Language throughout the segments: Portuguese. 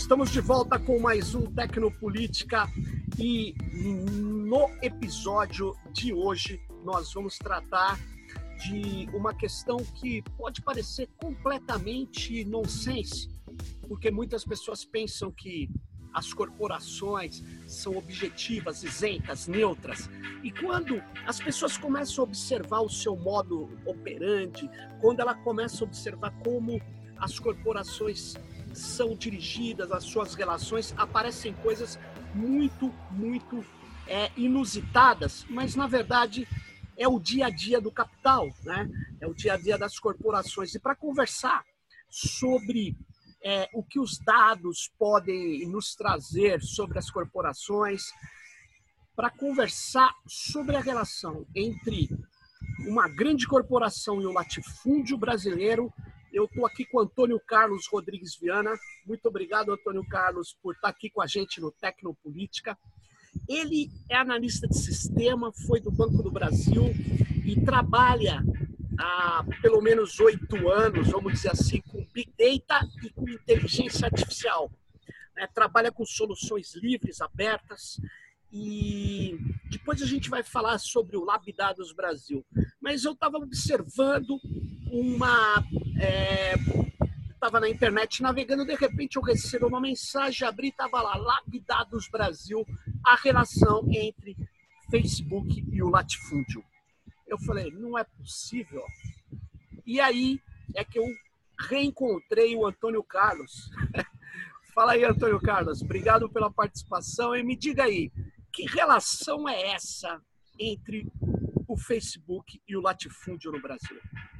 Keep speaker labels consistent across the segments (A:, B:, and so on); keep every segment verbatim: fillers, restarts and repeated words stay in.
A: Estamos de volta com mais um Tecnopolítica e no episódio de hoje nós vamos tratar de uma questão que pode parecer completamente nonsense, porque muitas pessoas pensam que as corporações são objetivas, isentas, neutras. E quando as pessoas começam a observar o seu modo operandi, quando ela começa a observar como as corporações são dirigidas, as suas relações, aparecem coisas muito, muito é, inusitadas, mas na verdade é o dia a dia do capital, né? É o dia a dia das corporações. E para conversar sobre é, o que os dados podem nos trazer sobre as corporações, para conversar sobre a relação entre uma grande corporação e o latifúndio brasileiro, eu estou aqui com o Antônio Carlos Rodrigues Viana. Muito obrigado, Antônio Carlos, por estar aqui com a gente no Tecnopolítica. Ele é analista de sistema, foi do Banco do Brasil e trabalha há pelo menos oito anos, vamos dizer assim, com Big Data e com inteligência artificial. É, trabalha com soluções livres, abertas, e depois a gente vai falar sobre o Labdados Brasil. Mas eu estava observando uma... É, estava na internet navegando, de repente eu recebo uma mensagem, abri, estava lá, Labdados Brasil, a relação entre Facebook e o latifúndio. Eu falei, não é possível. E aí é que eu reencontrei o Antônio Carlos. Fala aí, Antônio Carlos, obrigado pela participação e me diga aí, que relação é essa entre o Facebook e o latifúndio no Brasil?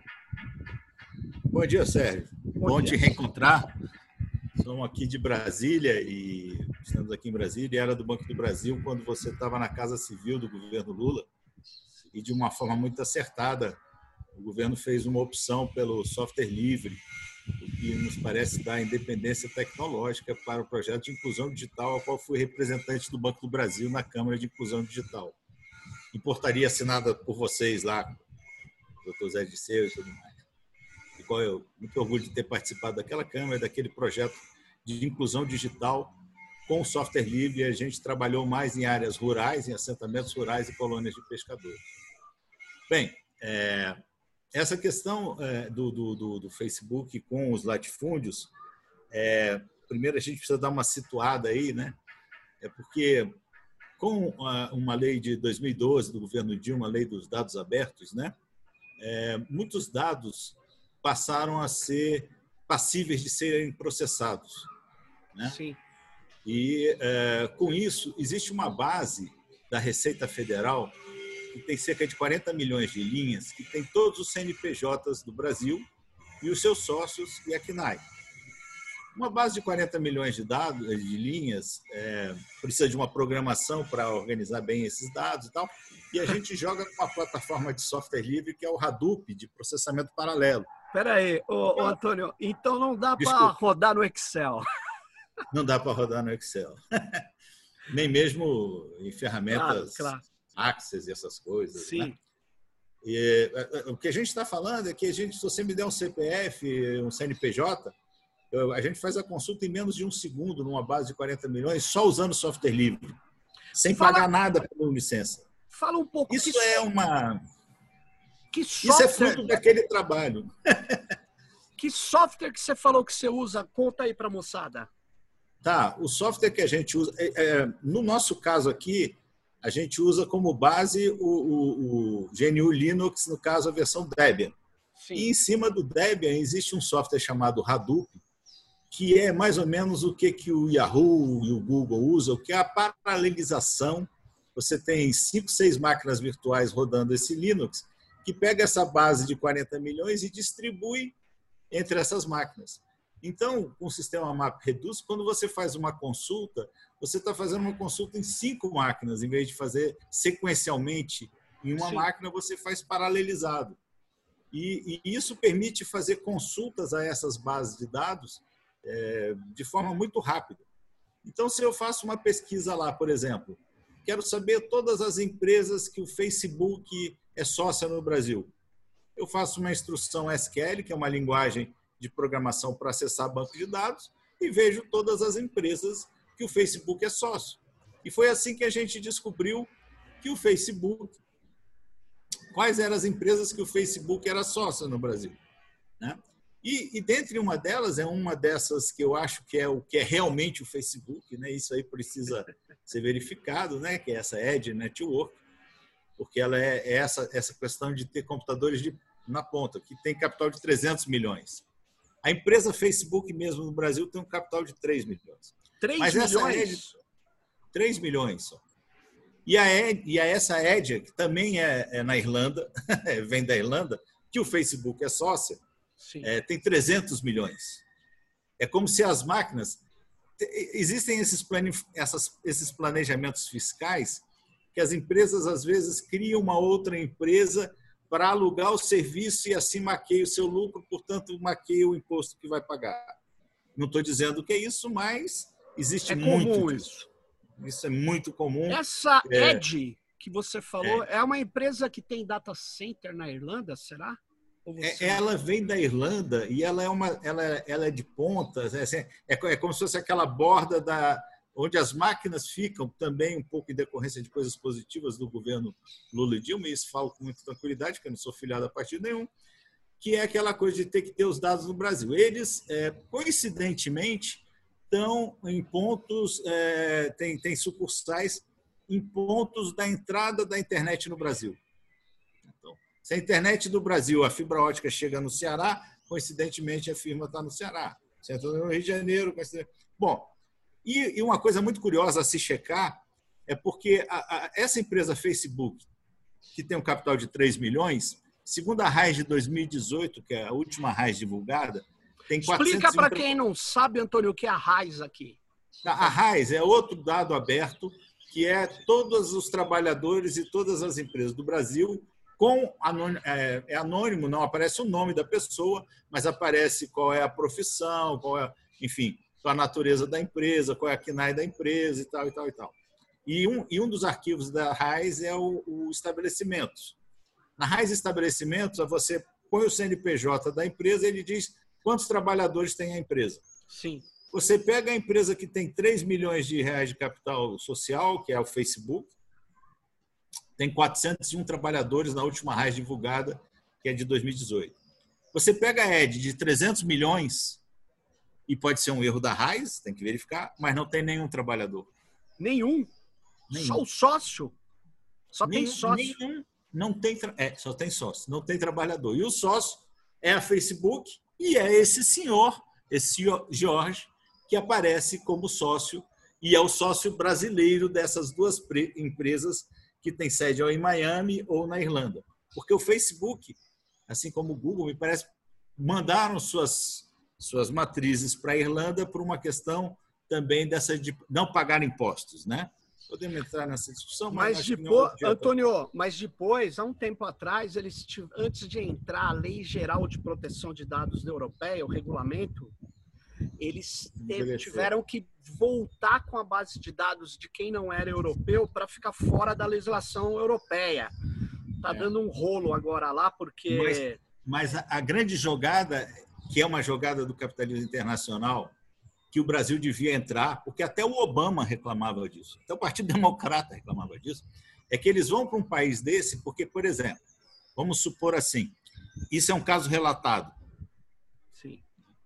B: Bom dia, Sérgio. Bom, Bom dia. Te reencontrar. Somos aqui de Brasília e estamos aqui em Brasília. Era do Banco do Brasil quando você estava na Casa Civil do governo Lula e de uma forma muito acertada o governo fez uma opção pelo software livre, o que nos parece dar independência tecnológica para o projeto de inclusão digital, ao qual fui representante do Banco do Brasil na Câmara de Inclusão Digital. Em portaria assinada por vocês lá, doutor Zé Disseu e tudo mais. E qual eu muito orgulho de ter participado daquela Câmara, daquele projeto de inclusão digital com software livre. E a gente trabalhou mais em áreas rurais, em assentamentos rurais e colônias de pescadores. Bem, é, essa questão é, do, do, do Facebook com os latifúndios, é, primeiro a gente precisa dar uma situada aí, né? É porque com uma lei de dois mil e doze do governo Dilma, a lei dos dados abertos, né? É, muitos dados passaram a ser passíveis de serem processados, né?
A: Sim.
B: E é, com isso existe uma base da Receita Federal que tem cerca de quarenta milhões de linhas, que tem todos os C N P Js do Brasil e os seus sócios e a C N A I. Uma base de quarenta milhões de dados, de linhas, é, precisa de uma programação para organizar bem esses dados e tal, e a gente joga com uma plataforma de software livre que é o Hadoop, de processamento paralelo.
A: Espera aí, ô, ô, Antônio, então não dá para rodar no Excel.
B: Não dá para rodar no Excel. Nem mesmo em ferramentas... Claro, claro. Access e essas coisas.
A: Sim.
B: Né? E, o que a gente está falando é que a gente, se você me der um C P F, um C N P J, eu, a gente faz a consulta em menos de um segundo numa base de quarenta milhões, só usando software livre, sem Fala, pagar nada pela licença.
A: Fala um pouco.
B: Isso é uma...
A: Que software...
B: Isso é fruto daquele trabalho.
A: Que software que você falou que você usa? Conta aí para a moçada.
B: Tá, o software que a gente usa... É, é, no nosso caso aqui, a gente usa como base o, o, o G N U Linux, no caso, a versão Debian.
A: Sim.
B: E em cima do Debian existe um software chamado Hadoop, que é mais ou menos o que, que o Yahoo e o Google usam, que é a paralelização. Você tem cinco, seis máquinas virtuais rodando esse Linux, que pega essa base de quarenta milhões e distribui entre essas máquinas. Então, com o sistema MapReduce, quando você faz uma consulta, você está fazendo uma consulta em cinco máquinas, em vez de fazer sequencialmente em uma Sim. máquina, você faz paralelizado. E, e isso permite fazer consultas a essas bases de dados é, de forma muito rápida. Então, se eu faço uma pesquisa lá, por exemplo, quero saber todas as empresas que o Facebook é sócia no Brasil. Eu faço uma instrução S Q L, que é uma linguagem de programação para acessar banco de dados, e vejo todas as empresas que o Facebook é sócio. E foi assim que a gente descobriu que o Facebook, quais eram as empresas que o Facebook era sócio no Brasil, né? E, e dentre uma delas, é uma dessas que eu acho que é o que é realmente o Facebook, né? Isso aí precisa ser verificado, né? Que é essa Edge Network, porque ela é, é essa, essa questão de ter computadores de, na ponta, que tem capital de trezentos milhões. A empresa Facebook mesmo no Brasil tem um capital de três milhões.
A: três
B: Mas
A: milhões?
B: Essa Edge, três milhões só. E a, Ed, e a essa Edge, que também é, é na Irlanda, vem da Irlanda, que o Facebook é sócia, é, tem trezentos milhões. É como se as máquinas... Existem esses, plane, essas, esses planejamentos fiscais que as empresas, às vezes, criam uma outra empresa para alugar o serviço e assim maqueia o seu lucro, portanto, maqueia o imposto que vai pagar. Não estou dizendo que é isso, mas existe
A: é
B: muito
A: comum
B: disso.
A: Isso.
B: Isso é muito comum.
A: Essa
B: é,
A: Edge que você falou é. é uma empresa que tem data center na Irlanda, será?
B: É, ela vem da Irlanda e ela é, uma, ela, ela é de pontas, é, assim, é, é como se fosse aquela borda da, onde as máquinas ficam, também um pouco em decorrência de coisas positivas do governo Lula e Dilma, e isso falo com muita tranquilidade, porque eu não sou filiado a partido nenhum, que é aquela coisa de ter que ter os dados no Brasil. Eles, é, coincidentemente, estão em pontos, é, tem, tem sucursais em pontos da entrada da internet no Brasil. Então, se a internet do Brasil, a fibra ótica chega no Ceará, coincidentemente a firma está no Ceará. Se entra no Rio de Janeiro, bom, e, e uma coisa muito curiosa a se checar é porque a, a, essa empresa Facebook, que tem um capital de três milhões, segundo a RAIS de dois mil e dezoito, que é a última RAIS divulgada, tem quatrocentos...
A: Explica para quem não sabe, Antônio, o que é a RAIS aqui.
B: A RAIS é outro dado aberto, que é todos os trabalhadores e todas as empresas do Brasil, com anônimo, é, é anônimo, não aparece o nome da pessoa, mas aparece qual é a profissão, qual é, enfim, qual a natureza da empresa, qual é a C N A E da empresa e tal, e tal, e tal. E um, e um dos arquivos da RAIS é o, o estabelecimentos. Na RAIS estabelecimentos, você põe o C N P J da empresa e ele diz quantos trabalhadores tem a empresa.
A: Sim.
B: Você pega a empresa que tem três milhões de reais de capital social, que é o Facebook, tem quatrocentos e um trabalhadores na última RAIS divulgada, que é de dois mil e dezoito. Você pega a Edge de trezentos milhões, e pode ser um erro da RAIS, tem que verificar, mas não tem nenhum trabalhador.
A: Nenhum? nenhum. Só o sócio? Só
B: nenhum,
A: tem sócio?
B: Nenhum, não tem, é, só tem sócio, não tem trabalhador. E o sócio é a Facebook e é esse senhor, esse Jorge, que aparece como sócio, e é o sócio brasileiro dessas duas empresas que tem sede ou em Miami ou na Irlanda. Porque o Facebook, assim como o Google, me parece, mandaram suas, suas matrizes para a Irlanda por uma questão também dessa de não pagar impostos, né? Podemos entrar nessa discussão,
A: mas, mas depois, Antônio, mas depois, há um tempo atrás, eles antes de entrar a Lei Geral de Proteção de Dados da Europeia, o regulamento, eles tiveram que voltar com a base de dados de quem não era europeu para ficar fora da legislação europeia. Está é. dando um rolo agora lá, porque...
B: Mas, mas a, a grande jogada, que é uma jogada do capitalismo internacional, que o Brasil devia entrar, porque até o Obama reclamava disso, até o Partido Democrata reclamava disso, é que eles vão para um país desse porque, por exemplo, vamos supor assim, isso é um caso relatado.
A: Sim.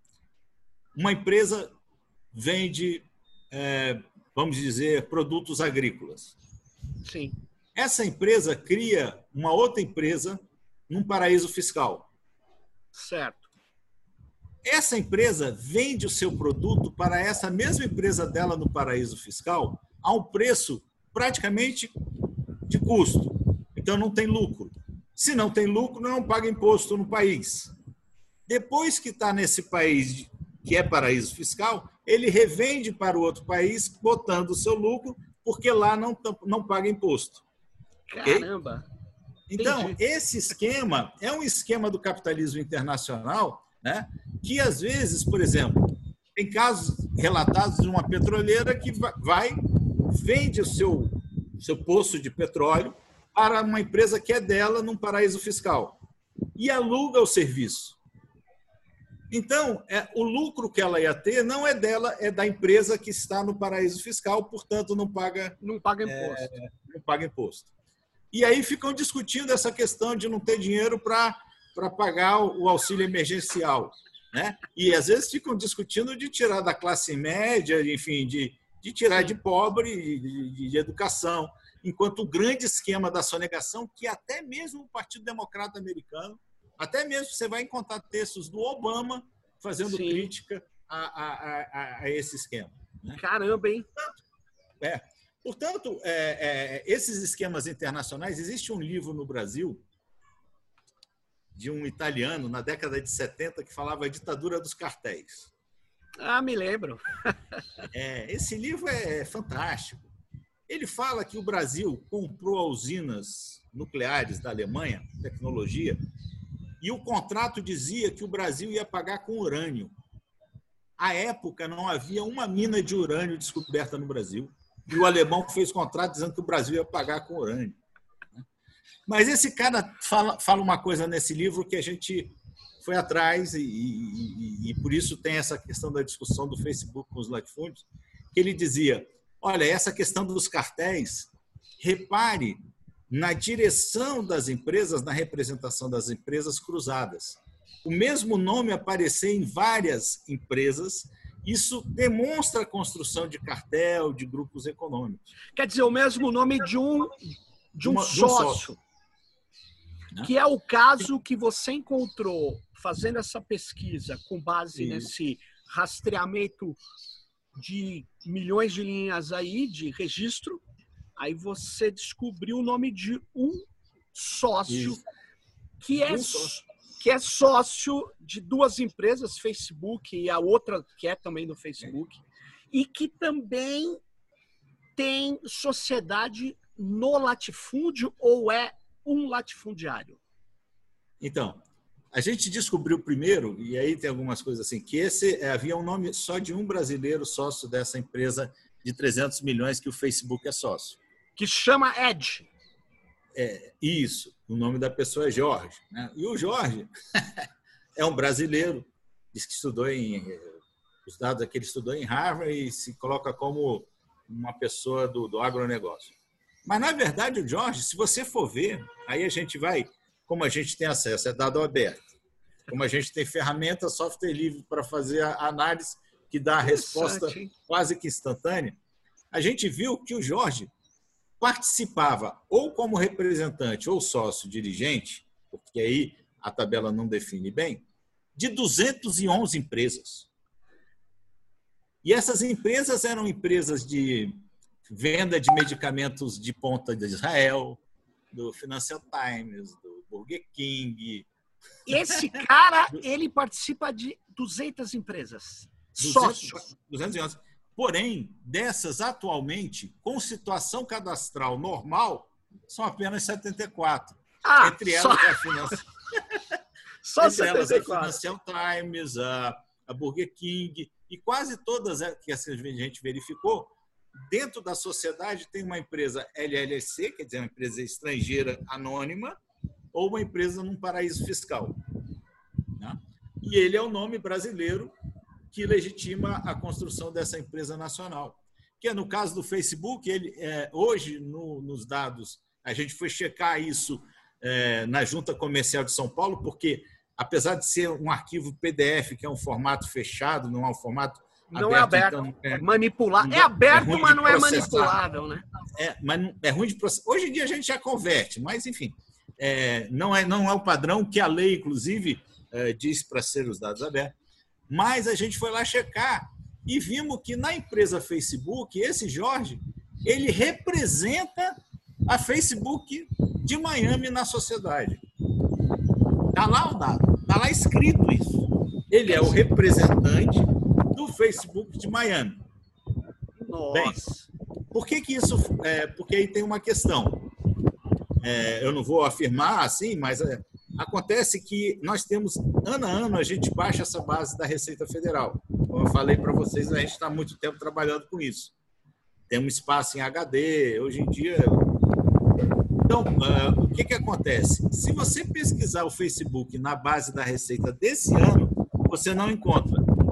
B: Uma empresa vende, é, vamos dizer, produtos agrícolas.
A: Sim.
B: Essa empresa cria uma outra empresa num paraíso fiscal.
A: Certo.
B: Essa empresa vende o seu produto para essa mesma empresa dela no paraíso fiscal a um preço praticamente de custo. Então, não tem lucro. Se não tem lucro, não paga imposto no país. Depois que está nesse país que é paraíso fiscal, ele revende para o outro país, botando o seu lucro, porque lá não, não paga imposto.
A: Caramba!
B: Okay? Então, entendi. Esse esquema é um esquema do capitalismo internacional, né, que, às vezes, por exemplo, tem casos relatados de uma petroleira que vai, vende o seu, seu poço de petróleo para uma empresa que é dela num paraíso fiscal e aluga o serviço. Então, é, o lucro que ela ia ter não é dela, é da empresa que está no paraíso fiscal, portanto, não paga,
A: não paga imposto.
B: É, não paga imposto. E aí ficam discutindo essa questão de não ter dinheiro para pagar o auxílio emergencial, né? E às vezes ficam discutindo de tirar da classe média, enfim, de, de tirar de pobre, de, de, de educação, enquanto o grande esquema da sonegação, que até mesmo o Partido Democrata americano, até mesmo você vai encontrar textos do Obama fazendo Sim. crítica a, a, a, a esse esquema. Né?
A: Caramba, hein?
B: É. Portanto, é, é, esses esquemas internacionais, existe um livro no Brasil de um italiano na década de setenta que falava a ditadura dos cartéis.
A: Ah, me lembro.
B: É, esse livro é fantástico. Ele fala que o Brasil comprou usinas nucleares da Alemanha, tecnologia, e o contrato dizia que o Brasil ia pagar com urânio. À época, não havia uma mina de urânio descoberta no Brasil. E o alemão fez contrato dizendo que o Brasil ia pagar com urânio. Mas esse cara fala, fala uma coisa nesse livro que a gente foi atrás e, e, e por isso tem essa questão da discussão do Facebook com os latifúndios, que ele dizia, olha, essa questão dos cartéis, repare na direção das empresas, na representação das empresas cruzadas. O mesmo nome aparecer em várias empresas, isso demonstra a construção de cartel, de grupos econômicos.
A: Quer dizer, o mesmo nome de um, de um, Uma, sócio, de um sócio, que é o caso que você encontrou fazendo essa pesquisa com base Isso. nesse rastreamento de milhões de linhas aí de registro. Aí você descobriu o nome de um sócio Isso. que é... Um sócio. que é sócio de duas empresas, Facebook e a outra que é também do Facebook, e que também tem sociedade no latifúndio ou é um latifundiário?
B: Então, a gente descobriu primeiro, e aí tem algumas coisas assim, que esse havia um nome só de um brasileiro sócio dessa empresa de trezentos milhões que o Facebook é sócio.
A: Que chama Ed.
B: É, isso, o nome da pessoa é Jorge. Né? E o Jorge é um brasileiro, diz que estudou em... Os dados aqui, ele estudou em Harvard e se coloca como uma pessoa do, do agronegócio. Mas, na verdade, o Jorge, se você for ver, aí a gente vai... Como a gente tem acesso, é dado aberto. Como a gente tem ferramenta, software livre para fazer a análise que dá a resposta quase que instantânea, a gente viu que o Jorge participava ou como representante ou sócio dirigente, porque aí a tabela não define bem, de duzentas e onze empresas. E essas empresas eram empresas de venda de medicamentos de ponta de Israel, do Financial Times, do Burger King.
A: Esse cara, ele participa de duzentas empresas. Sócio.
B: duzentas e onze. Porém, dessas atualmente, com situação cadastral normal, são apenas setenta e quatro.
A: Ah,
B: entre elas,
A: só...
B: a Financial...
A: só
B: entre elas a Financial Times, a, a Burger King, e quase todas que a gente verificou, dentro da sociedade tem uma empresa L L C, quer dizer, uma empresa estrangeira anônima, ou uma empresa num paraíso fiscal. Né? E ele é o nome brasileiro que legitima a construção dessa empresa nacional. Que é no caso do Facebook, ele, é, hoje, no, nos dados, a gente foi checar isso é, na Junta Comercial de São Paulo, porque, apesar de ser um arquivo P D F, que é um formato fechado, não é um formato
A: não
B: aberto,
A: é aberto,
B: então, é,
A: manipular. É aberto, é mas não é manipulável, né?
B: É, mas é ruim de processar. Hoje em dia a gente já converte, mas, enfim, é, não, é, não é o padrão que a lei, inclusive, é, diz para ser os dados abertos. Mas a gente foi lá checar e vimos que na empresa Facebook, esse Jorge, ele representa a Facebook de Miami na sociedade. Está lá o dado, está lá escrito isso. Ele é o representante do Facebook de Miami.
A: Nossa.
B: Bem, por que que isso... É, porque aí tem uma questão. É, eu não vou afirmar assim, mas... É, acontece que nós temos, ano a ano, a gente baixa essa base da Receita Federal. Como eu falei para vocês, a gente está há muito tempo trabalhando com isso. Tem um espaço em H D, hoje em dia... Então, uh, o que, que acontece? Se você pesquisar o Facebook na base da Receita desse ano, você não encontra.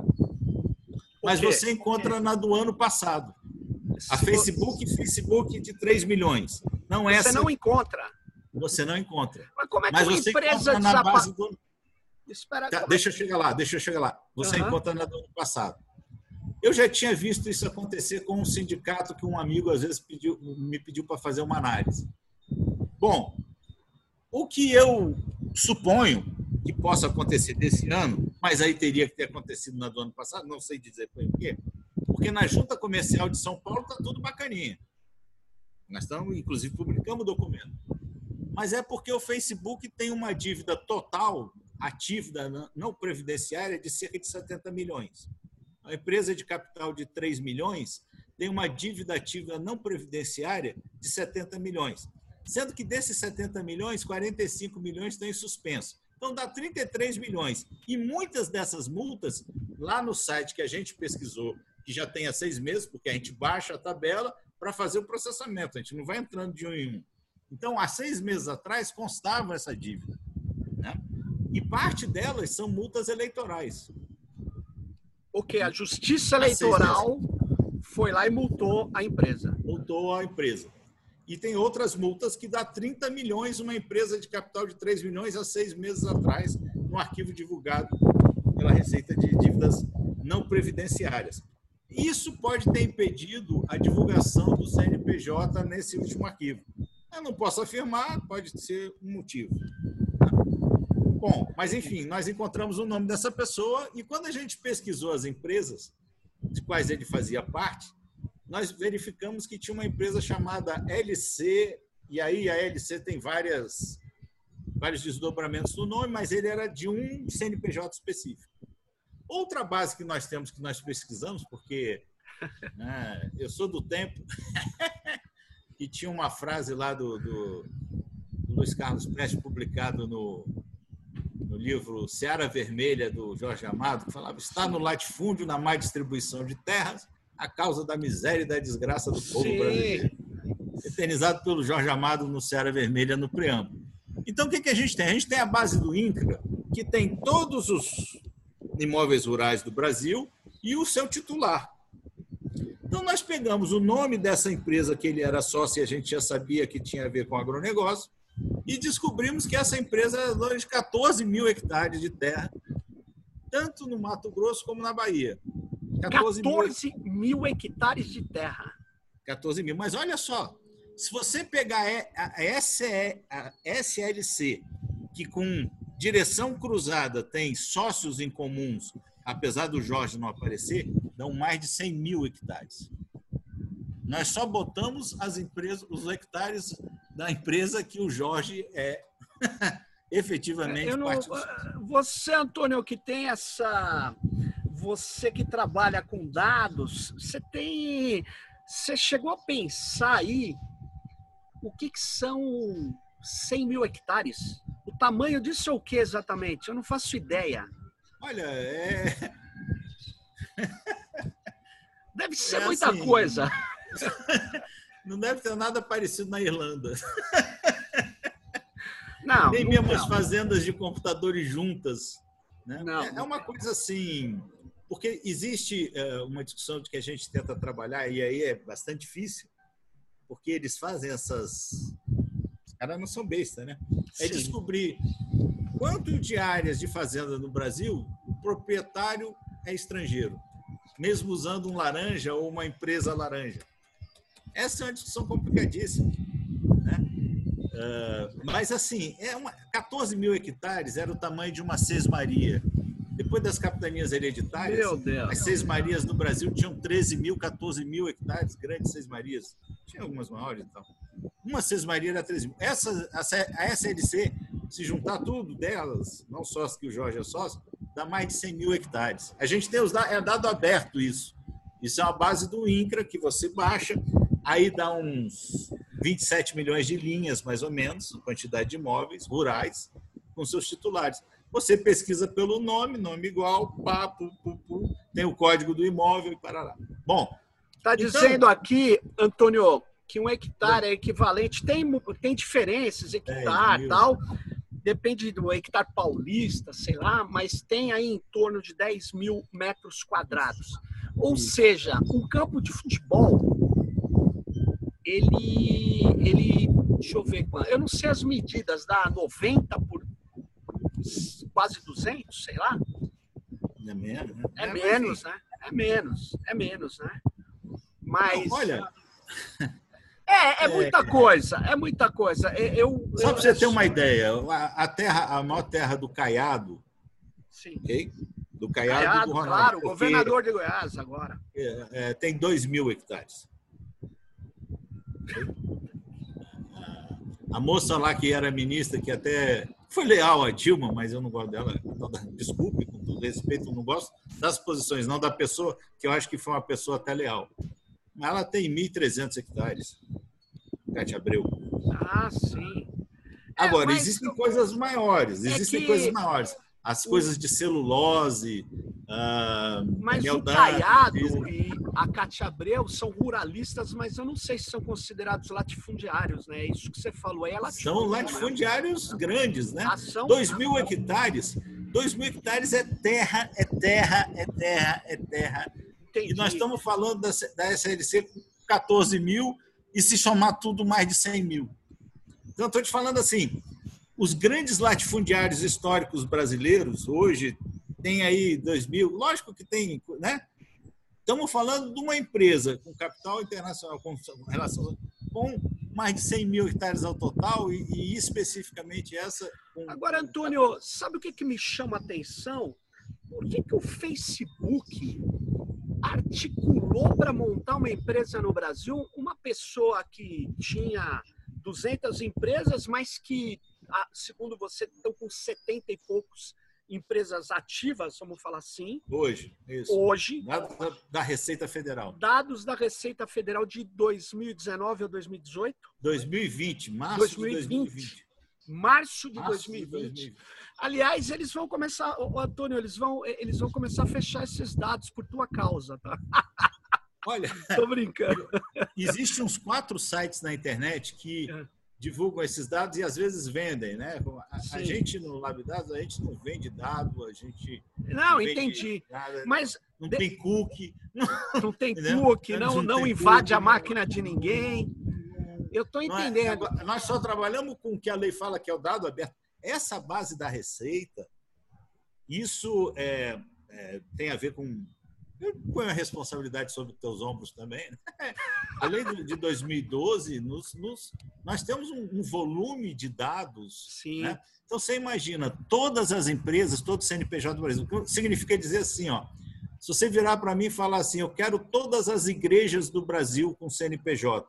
B: Mas você encontra na do ano passado. A Facebook, Facebook de três milhões. Não
A: você
B: essa,
A: não encontra.
B: Você não encontra.
A: Mas como é que
B: Mas
A: uma
B: você
A: empresa
B: encontra na base
A: desapa...
B: do...
A: Espera,
B: Tá, deixa eu chegar lá, deixa eu chegar lá. Você
A: Uhum.
B: encontra na do ano passado. Eu já tinha visto isso acontecer com um sindicato que um amigo às vezes pediu, me pediu para fazer uma análise. Bom, o que eu suponho que possa acontecer desse ano, mas aí teria que ter acontecido na do ano passado, não sei dizer por quê, porque na Junta Comercial de São Paulo está tudo bacaninha. Nós estamos, inclusive, publicamos o documento. Mas é porque o Facebook tem uma dívida total, ativa, não previdenciária, de cerca de setenta milhões. A empresa de capital de três milhões tem uma dívida ativa não previdenciária de setenta milhões. Sendo que desses setenta milhões, quarenta e cinco milhões estão em suspenso. Então, dá trinta e três milhões. E muitas dessas multas, lá no site que a gente pesquisou, que já tem há seis meses, porque a gente baixa a tabela para fazer o processamento. A gente não vai entrando de um em um. Então, há seis meses atrás, constava essa dívida. Né? E parte delas são multas eleitorais.
A: Ok, a Justiça Eleitoral foi lá e multou a empresa.
B: Multou a empresa. E tem outras multas que dá trinta milhões uma empresa de capital de três milhões há seis meses atrás, no arquivo divulgado pela Receita de Dívidas Não Previdenciárias. Isso pode ter impedido a divulgação do C N P J nesse último arquivo. Eu não posso afirmar, pode ser um motivo. Bom, mas enfim, nós encontramos o nome dessa pessoa e quando a gente pesquisou as empresas de quais ele fazia parte, nós verificamos que tinha uma empresa chamada L C, e aí a L C tem várias, vários desdobramentos do nome, mas ele era de um C N P J específico. Outra base que nós temos, que nós pesquisamos, porque né, eu sou do tempo, que tinha uma frase lá do, do, do Luiz Carlos Prestes, publicado no, no livro Seara Vermelha, do Jorge Amado, que falava: está no latifúndio, na má distribuição de terras, a causa da miséria e da desgraça do povo Sim. brasileiro. Eternizado pelo Jorge Amado no Seara Vermelha, no preâmbulo. Então, o que, que a gente tem? A gente tem a base do INCRA, que tem todos os imóveis rurais do Brasil e o seu titular. Então, nós pegamos o nome dessa empresa que ele era sócio e a gente já sabia que tinha a ver com agronegócio e descobrimos que essa empresa é dona de quatorze mil hectares de terra, tanto no Mato Grosso como na Bahia.
A: quatorze mil hectares de terra.
B: quatorze mil. Mas olha só, se você pegar a S L C, que com direção cruzada tem sócios em comuns, apesar do Jorge não aparecer, dão mais de cem mil hectares. Nós só botamos as empresas, os hectares da empresa que o Jorge é efetivamente
A: Eu não,
B: parte do...
A: Você, Antônio, que tem essa... Você que trabalha com dados, você tem... Você chegou a pensar aí o que, que são cem mil hectares? O tamanho disso é o que exatamente? Eu não faço ideia.
B: Olha, é...
A: Deve ser
B: é
A: muita
B: assim,
A: coisa.
B: Não deve ter nada parecido na Irlanda.
A: Não,
B: Nem
A: não,
B: mesmo
A: não.
B: as fazendas de computadores juntas. Né?
A: Não,
B: é uma coisa assim... Porque existe uh, uma discussão de que a gente tenta trabalhar, e aí é bastante difícil, porque eles fazem essas... Os caras não são bestas, né? É
A: Sim.
B: descobrir quanto de áreas de fazenda no Brasil o proprietário é estrangeiro, mesmo usando um laranja ou uma empresa laranja. Essa é uma discussão complicadíssima. Né? Uh, mas, assim, é uma, quatorze mil hectares era o tamanho de uma sesmaria. Depois das capitanias hereditárias,
A: Meu Deus.
B: as sesmarias no Brasil tinham treze mil, quatorze mil hectares, grandes sesmarias. Tinha algumas maiores e tal. Uma sesmaria era treze mil. Essa, a S L C, se juntar tudo delas, não só as que o Jorge é sócio, dá mais de cem mil hectares. A gente tem os dados, é dado aberto isso. Isso é uma base do INCRA que você baixa, aí dá uns vinte e sete milhões de linhas, mais ou menos, quantidade de imóveis rurais, com seus titulares. Você pesquisa pelo nome, nome igual, pá, pu, pu, pu, tem o código do imóvel e parará. Bom,
A: está
B: então,
A: dizendo aqui, Antônio, que um hectare é equivalente, tem, tem diferenças, hectare e tal, depende do hectare paulista, sei lá, mas tem aí em torno de dez mil metros quadrados. Ou seja, um campo de futebol, ele, ele, deixa eu ver, eu não sei as medidas, dá noventa por quase duzentos, sei lá.
B: É menos, né?
A: É menos, né? É menos, é menos, né? Mas...
B: Não, olha...
A: É, é muita coisa, é muita coisa. Eu,
B: Só
A: para
B: você ter uma ideia, a, terra, a maior terra do Caiado,
A: sim.
B: Okay? Do Caiado,
A: Caiado
B: do Ronaldo,
A: claro, governador de Goiás agora.
B: É, é, tem dois mil hectares. A moça lá que era ministra, que até foi leal a Dilma, mas eu não gosto dela, desculpe, com todo respeito, eu não gosto das posições, não da pessoa, que eu acho que foi uma pessoa até leal. Mas ela tem mil e trezentos hectares, Cátia Abreu.
A: Ah, sim.
B: Agora,
A: é, mas...
B: existem coisas maiores, existem é que... coisas maiores. As coisas de celulose, ah,
A: mas o Caiado e a Cátia Abreu são ruralistas, mas eu não sei se são considerados latifundiários, né? Isso que você falou aí é latifúndio.
B: São latifundiários né? grandes, né?
A: Ação...
B: Dois mil hectares, dois mil hectares é terra, é terra, é terra, é terra. Entendi. E nós estamos falando da, da S L C com quatorze mil e se somar tudo mais de cem mil. Então, estou te falando assim, os grandes latifundiários históricos brasileiros, hoje, tem aí dois mil, lógico que tem, né? Estamos falando de uma empresa com capital internacional, com relação com mais de cem mil hectares ao total e, e especificamente essa... Com...
A: Agora, Antônio, sabe o que, que me chama a atenção? Por que, que o Facebook articulou para montar uma empresa no Brasil, uma pessoa que tinha duzentas empresas, mas que, segundo você, estão com setenta e poucos empresas ativas, vamos falar assim.
B: Hoje, isso.
A: Hoje.
B: Dados da, da Receita Federal.
A: Dados da Receita Federal de dois mil e dezenove ou dois mil e dezoito?
B: dois mil e vinte, março
A: dois mil e vinte.
B: de dois mil e vinte.
A: Março de
B: março
A: dois mil e vinte.
B: De dois mil e vinte.
A: Aliás, eles vão começar, ô, Antônio, eles vão, eles vão começar a fechar esses dados por tua causa, tá?
B: Olha,
A: tô brincando.
B: Existem uns quatro sites na internet que é. divulgam esses dados e às vezes vendem, né? A, a gente no LabDados, a gente não vende dado, a gente
A: não, não entendi.
B: Nada,
A: mas
B: não
A: de...
B: tem cookie,
A: não, não tem cookie, não, não, não invade cookie, a máquina não. de ninguém. Eu estou entendendo.
B: É, nós só trabalhamos com o que a lei fala que é o dado aberto. Essa base da Receita, isso é, é, tem a ver com... Eu ponho a responsabilidade sobre os teus ombros também. Né? A lei de dois mil e doze, nos, nos, nós temos um, um volume de dados.
A: Sim.
B: Né? Então, você imagina, todas as empresas, todo o C N P J do Brasil, significa dizer assim, ó, se você virar para mim e falar assim, eu quero todas as igrejas do Brasil com C N P J,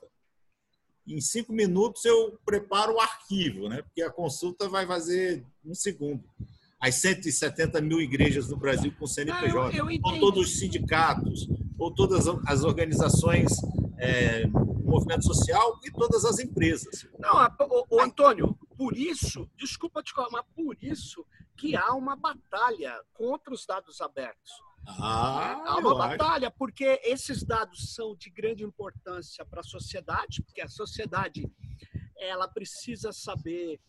B: em cinco minutos eu preparo o arquivo, né? Porque a consulta vai fazer um segundo. As cento e setenta mil igrejas do Brasil com C N P J,
A: eu, eu
B: ou todos os sindicatos, ou todas as organizações, é, movimento social e todas as empresas.
A: Não, o, o Antônio, por isso, desculpa te falar, mas por isso que há uma batalha contra os dados abertos.
B: Ah,
A: há uma batalha, acho. Porque esses dados são de grande importância para a sociedade, porque a sociedade ela precisa saber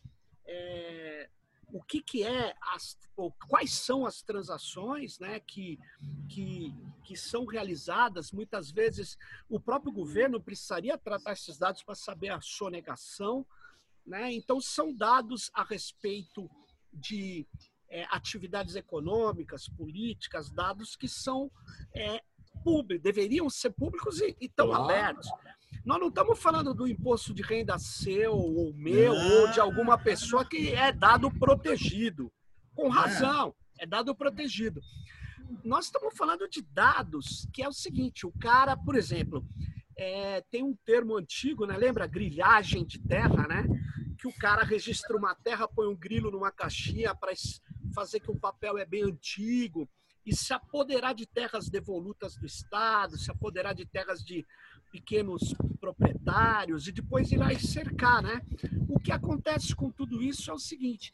A: é, o que, que é, as, ou quais são as transações, né, que, que, que são realizadas. Muitas vezes o próprio governo precisaria tratar esses dados para saber a sonegação, né? Então são dados a respeito de É, atividades econômicas, políticas, dados que são é, públicos, deveriam ser públicos e estão claro. abertos. Nós não estamos falando do imposto de renda seu ou meu não. ou de alguma pessoa que é dado protegido. Com razão, é dado protegido. Nós estamos falando de dados que é o seguinte, o cara, por exemplo, é, tem um termo antigo, né? Lembra? Grilhagem de terra, né? Que o cara registra uma terra, põe um grilo numa caixinha para fazer que o papel é bem antigo e se apoderar de terras devolutas do Estado, se apoderar de terras de pequenos proprietários e depois ir lá e cercar, né? O que acontece com tudo isso é o seguinte,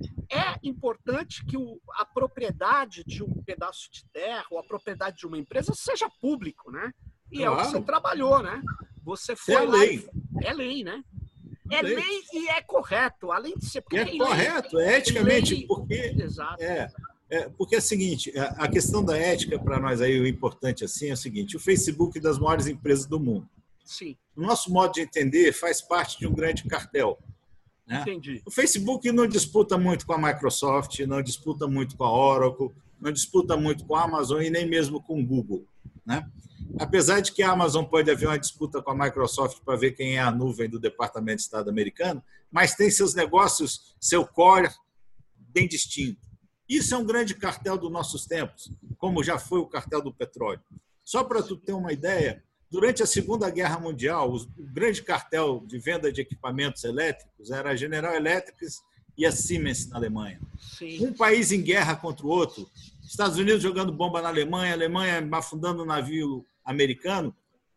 A: é importante que o, a propriedade de um pedaço de terra ou a propriedade de uma empresa seja público, né? E claro. É o que você trabalhou, né? Você foi
B: é
A: lá
B: lei.
A: E, é lei, né? É lei e é correto, além de ser...
B: É correto, é eticamente, lei... porque...
A: Exato.
B: É, é, porque é o seguinte, a questão da ética para nós aí, o importante assim é o seguinte, o Facebook é das maiores empresas do mundo.
A: Sim.
B: O nosso modo de entender faz parte de um grande cartel. Né?
A: Entendi.
B: O Facebook não disputa muito com a Microsoft, não disputa muito com a Oracle, não disputa muito com a Amazon e nem mesmo com o Google. Né? Apesar de que a Amazon pode haver uma disputa com a Microsoft para ver quem é a nuvem do Departamento de Estado americano, mas tem seus negócios, seu core bem distinto. Isso é um grande cartel dos nossos tempos, como já foi o cartel do petróleo. Só para tu ter uma ideia, durante a Segunda Guerra Mundial, o grande cartel de venda de equipamentos elétricos era a General Electric e a Siemens na Alemanha.
A: Sim.
B: Um país em guerra contra o outro, Estados Unidos jogando bomba na Alemanha, a Alemanha afundando um navio americano,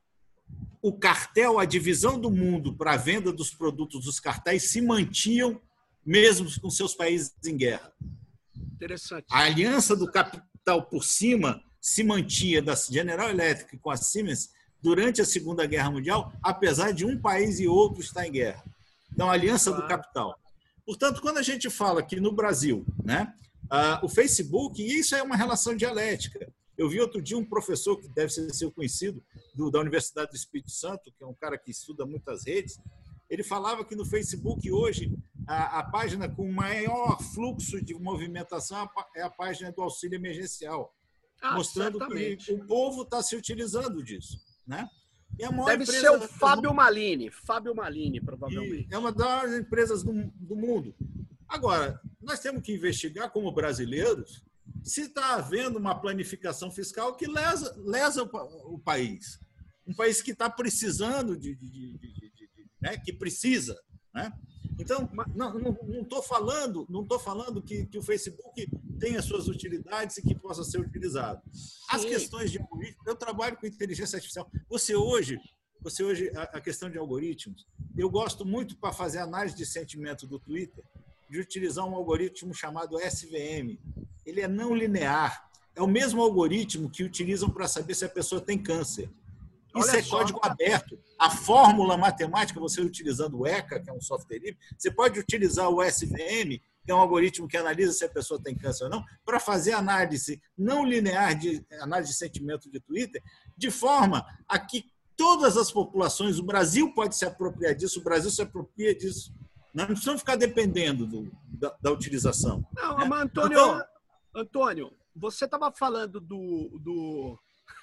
B: o cartel, a divisão do mundo para a venda dos produtos dos cartéis se mantinham mesmo com seus países em guerra.
A: Interessante.
B: A aliança do capital por cima se mantinha da General Electric com a Siemens durante a Segunda Guerra Mundial, apesar de um país e outro estar em guerra. Então, a aliança claro. do capital. Portanto, quando a gente fala que no Brasil, né, uh, o Facebook, e isso é uma relação dialética. Eu vi outro dia um professor, que deve ser seu conhecido, do, da Universidade do Espírito Santo, que é um cara que estuda muitas redes, ele falava que no Facebook hoje a, a página com maior fluxo de movimentação é a página do auxílio emergencial, ah, mostrando certamente. que o povo está se utilizando disso. Né?
A: E a Deve empresa, ser o Fábio Malini, Fábio Malini, provavelmente.
B: É uma das empresas do, do mundo. Agora, nós temos que investigar como brasileiros se está havendo uma planificação fiscal que lesa, lesa o, o país. Um país que está precisando de, de, de, de, de, de né? que precisa. Né? Então, não estou falando, não estou falando que, que o Facebook tenha suas utilidades e que possa ser utilizado. As Sim. questões de algoritmos, eu trabalho com inteligência artificial. Você hoje, você hoje a, a questão de algoritmos, eu gosto muito para fazer análise de sentimento do Twitter, de utilizar um algoritmo chamado S V M. Ele é não linear. É o mesmo algoritmo que utilizam para saber se a pessoa tem câncer. Isso Olha é só. código aberto. A fórmula matemática, você utilizando o ECA, que é um software livre, você pode utilizar o S V M, que é um algoritmo que analisa se a pessoa tem câncer ou não, para fazer análise não linear de análise de sentimento de Twitter, de forma a que todas as populações, o Brasil pode se apropriar disso, o Brasil se apropria disso. Nós não precisamos ficar dependendo do, da, da utilização.
A: Não, né? Mas Antônio, então, Antônio, você estava falando do, do,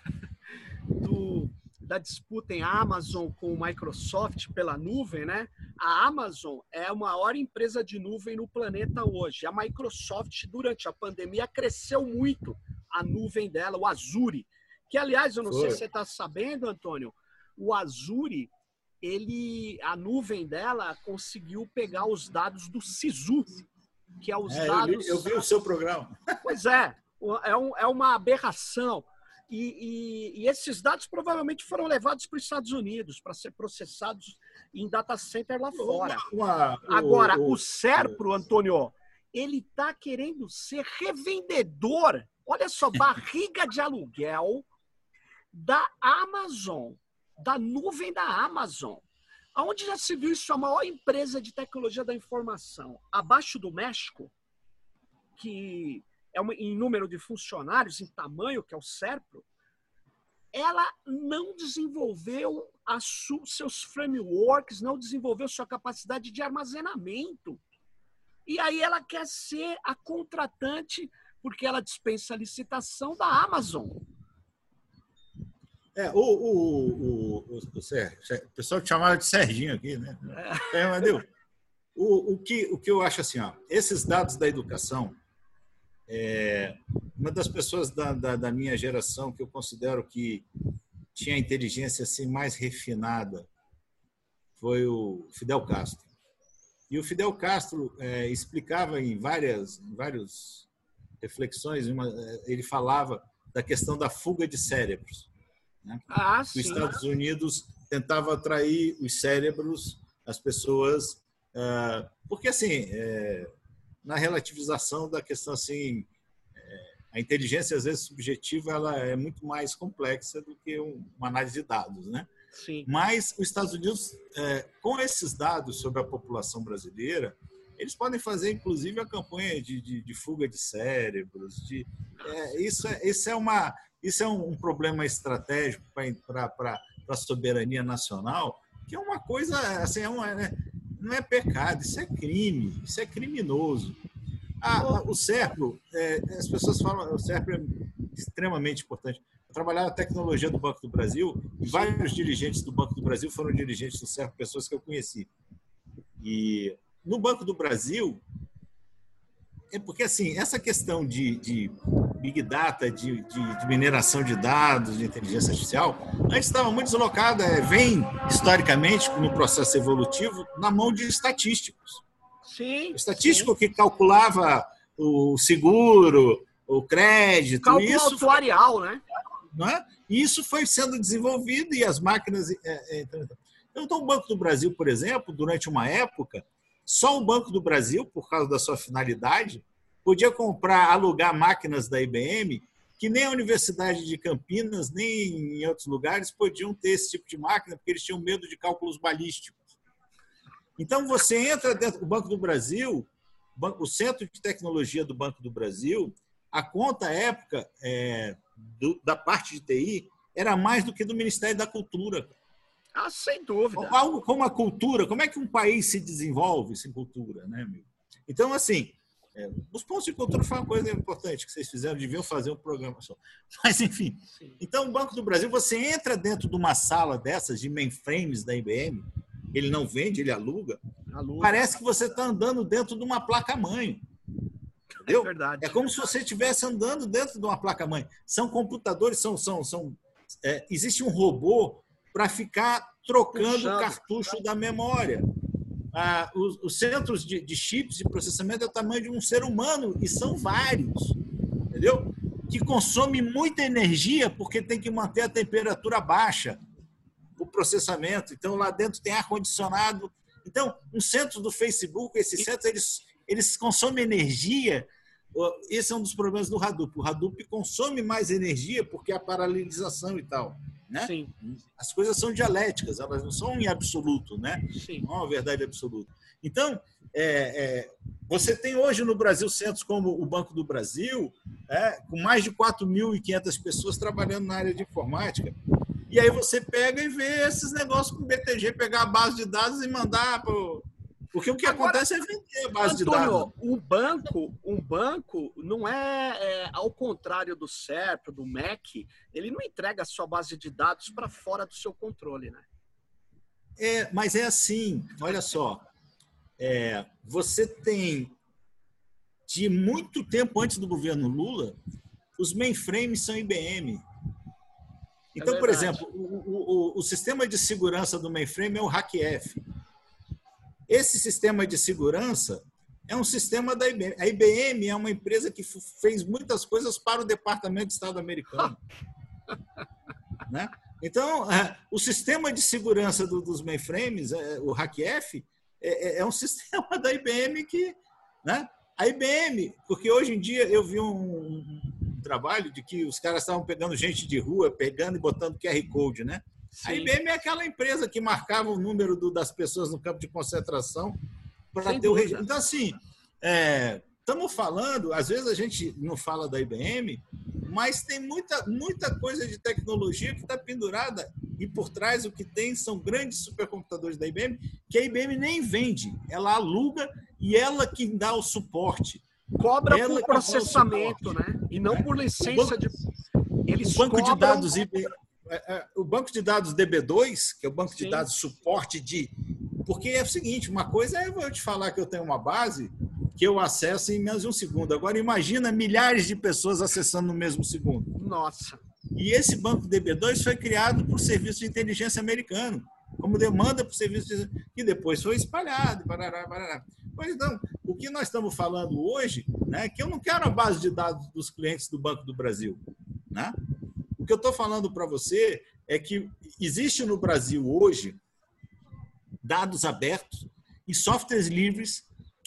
A: do da disputa em Amazon com o Microsoft pela nuvem, né? A Amazon é a maior empresa de nuvem no planeta hoje. A Microsoft, durante a pandemia, cresceu muito a nuvem dela, o Azure. Que, aliás, eu não Foi. sei se você está sabendo, Antônio, o Azure, ele, a nuvem dela conseguiu pegar os dados do SISU, que é os
B: é,
A: dados...
B: Eu vi, eu vi o seu programa.
A: Pois é, é, um, é uma aberração. E, e, e esses dados provavelmente foram levados para os Estados Unidos para ser processados em data center lá fora.
B: Uma, uma,
A: Agora,
B: o,
A: o Serpro, Antônio, ele está querendo ser revendedor, olha só, barriga de aluguel da Amazon, da nuvem da Amazon. Aonde já se viu isso? A maior empresa de tecnologia da informação, abaixo do México, que... é uma, em número de funcionários, em tamanho, que é o Serpro, ela não desenvolveu as su, seus frameworks, não desenvolveu sua capacidade de armazenamento. E aí ela quer ser a contratante, porque ela dispensa a licitação da Amazon.
B: É, o, o, o, o, o, Sérgio, o pessoal te chamava de Serginho aqui, né? É. É, mas deu. O, o, que, o que eu acho assim, ó, esses dados da educação, É, uma das pessoas da, da, da minha geração que eu considero que tinha a inteligência assim, mais refinada foi o Fidel Castro. E o Fidel Castro é, explicava em várias, em várias reflexões, uma, ele falava da questão da fuga de cérebros. Né?
A: Ah,
B: os Estados Unidos tentava atrair os cérebros, as pessoas, uh, porque assim... É, na relativização da questão assim, a inteligência às vezes subjetiva ela é muito mais complexa do que uma análise de dados, né?
A: Sim.
B: Mas os Estados Unidos, é, com esses dados sobre a população brasileira, eles podem fazer, inclusive, a campanha de, de, de fuga de cérebros. De, é, isso, é, isso, é uma, isso é um problema estratégico para a soberania nacional, que é uma coisa, assim, é uma, é, não é pecado, isso é crime, isso é criminoso. Ah, o SERPRO, é, as pessoas falam, o SERPRO é extremamente importante. Eu trabalhava na tecnologia do Banco do Brasil e vários dirigentes do Banco do Brasil foram dirigentes do SERPRO, pessoas que eu conheci. E no Banco do Brasil, é porque assim, essa questão de, de Big Data, de, de, de mineração de dados, de inteligência artificial, antes estava muito deslocada, vem historicamente, no processo evolutivo, na mão de estatísticos.
A: Sim.
B: O estatístico
A: sim.
B: que calculava o seguro, o crédito.
A: Cálculo
B: isso
A: atuarial,
B: foi,
A: né?
B: Não é? E isso foi sendo desenvolvido e as máquinas. É, é, então, o Banco do Brasil, por exemplo, durante uma época, só o Banco do Brasil, por causa da sua finalidade, podia comprar, alugar máquinas da I B M, que nem a Universidade de Campinas, nem em outros lugares podiam ter esse tipo de máquina, porque eles tinham medo de cálculos balísticos. Então, você entra dentro do Banco do Brasil, o Centro de Tecnologia do Banco do Brasil, a conta à época é, do, da parte de T I era mais do que do Ministério da Cultura.
A: Ah, sem dúvida.
B: Algo como a cultura, como é que um país se desenvolve sem cultura, né, amigo? Então, assim, é, os pontos de cultura foi uma coisa importante que vocês fizeram, deviam fazer um programa só. Mas, enfim. Sim. Então, o Banco do Brasil, você entra dentro de uma sala dessas, de mainframes da I B M, ele não vende, ele aluga, aluga. Parece que você está andando dentro de uma placa-mãe. Entendeu?
A: É verdade.
B: É como se você estivesse andando dentro de uma placa-mãe. São computadores, são, são, são, é, existe um robô para ficar trocando o cartucho da memória. Ah, os, os centros de, de chips de processamento é o tamanho de um ser humano, e são vários, entendeu? Que consome muita energia porque tem que manter a temperatura baixa, o processamento. Então, lá dentro tem ar-condicionado. Então, um centro do Facebook, esses centros, eles, eles consomem energia. Esse é um dos problemas do Hadoop. O Hadoop consome mais energia porque a paralelização e tal. Né?
A: Sim.
B: As coisas são dialéticas, elas não são em absoluto, né?
A: Sim.
B: Não é uma verdade absoluta. Então, é, é, você tem hoje no Brasil centros como o Banco do Brasil, é, com mais de quatro mil e quinhentas pessoas trabalhando na área de informática. E aí você pega e vê esses negócios com o B T G, pegar a base de dados e mandar para... Porque o que Agora, acontece é vender a base
A: Antônio,
B: de dados.
A: Um banco, um banco não é, é, ao contrário do SERPRO, do M E C, ele não entrega a sua base de dados para fora do seu controle, né?
B: É, mas é assim, olha só. É, você tem, de muito tempo antes do governo Lula, os mainframes são I B M. Então, é por exemplo, o, o, o sistema de segurança do mainframe é o HackF. Esse sistema de segurança é um sistema da I B M. A I B M é uma empresa que fez muitas coisas para o Departamento de Estado americano. Né? Então, o sistema de segurança dos mainframes, o HackF, é um sistema da I B M que... Né? A I B M, porque hoje em dia eu vi um, um trabalho de que os caras estavam pegando gente de rua, pegando e botando Q R Code, né? Sim. A I B M é aquela empresa que marcava o número do, das pessoas no campo de concentração para ter o registro. Então, assim, estamos é, falando, às vezes a gente não fala da I B M, mas tem muita, muita coisa de tecnologia que está pendurada, e por trás o que tem são grandes supercomputadores da I B M, que a I B M nem vende, ela aluga e ela que dá o suporte.
A: Cobra ela por processamento, né? E não por licença
B: o banco,
A: de... Eles
B: o banco
A: cobram...
B: de dados I B M... O banco de dados D B dois, que é o banco
A: Sim.
B: de dados suporte de... Porque é o seguinte, uma coisa é eu te falar que eu tenho uma base que eu acesso em menos de um segundo. Agora, imagina milhares de pessoas acessando no mesmo segundo.
A: Nossa!
B: E esse banco D B dois foi criado por serviço de inteligência americano, como demanda por serviço de... que depois foi espalhado. Parará, parará. Pois então, o que nós estamos falando hoje, né, é que eu não quero a base de dados dos clientes do Banco do Brasil, né? O que eu estou falando para você é que existe no Brasil hoje dados abertos e softwares livres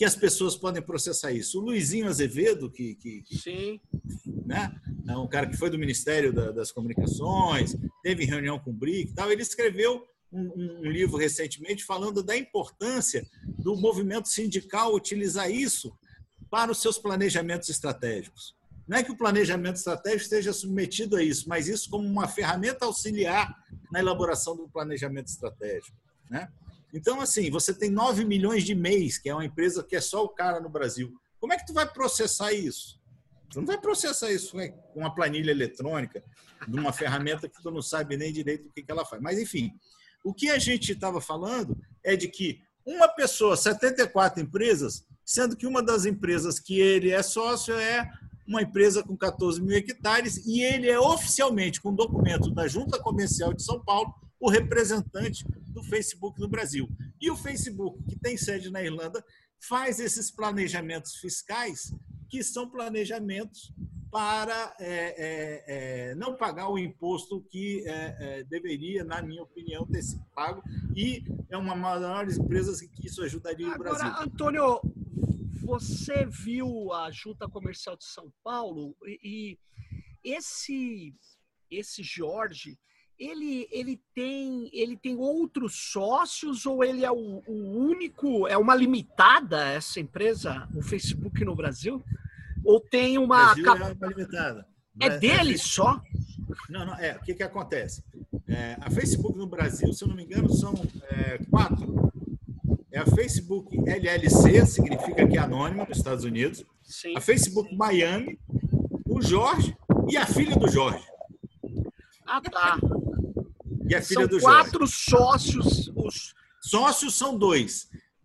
B: que as pessoas podem processar isso. O Luizinho Azevedo, que, que, que
A: Sim.
B: Né, é um cara que foi do Ministério da, das Comunicações, teve reunião com o B R I C e tal, ele escreveu um, um livro recentemente falando da importância do movimento sindical utilizar isso para os seus planejamentos estratégicos. Não é que o planejamento estratégico esteja submetido a isso, mas isso como uma ferramenta auxiliar na elaboração do planejamento estratégico, né? Então, assim, você tem nove milhões de M E Is, que é uma empresa que é só o cara no Brasil. Como é que tu vai processar isso? Tu não vai processar isso com uma planilha eletrônica, de uma ferramenta que tu não sabe nem direito o que ela faz. Mas, enfim, o que a gente estava falando é de que uma pessoa, setenta e quatro empresas, sendo que uma das empresas que ele é sócio é uma empresa com quatorze mil hectares e ele é oficialmente, com documento da Junta Comercial de São Paulo, o representante do Facebook no Brasil. E o Facebook, que tem sede na Irlanda, faz esses planejamentos fiscais, que são planejamentos para é, é, é, não pagar o imposto que é, é, deveria, na minha opinião, ter sido pago. E é uma das maiores empresas que isso ajudaria o Brasil.
A: Agora, Antônio, você viu a Junta Comercial de São Paulo e esse, esse Jorge... Ele, ele, tem, ele tem outros sócios ou ele é o, o único, é uma limitada essa empresa, o Facebook no Brasil? Ou tem uma...
B: Brasil é uma limitada.
A: É dele só?
B: Não, não, é. O que, que acontece? É, a Facebook no Brasil, se eu não me engano, são é, quatro. É a Facebook L L C, significa que é anônima, nos Estados Unidos.
A: Sim.
B: A Facebook Miami, o Jorge e a filha do Jorge.
A: Ah, tá.
B: E a filha
A: são
B: do
A: quatro
B: Jorge.
A: sócios. Os...
B: Sócios são dois.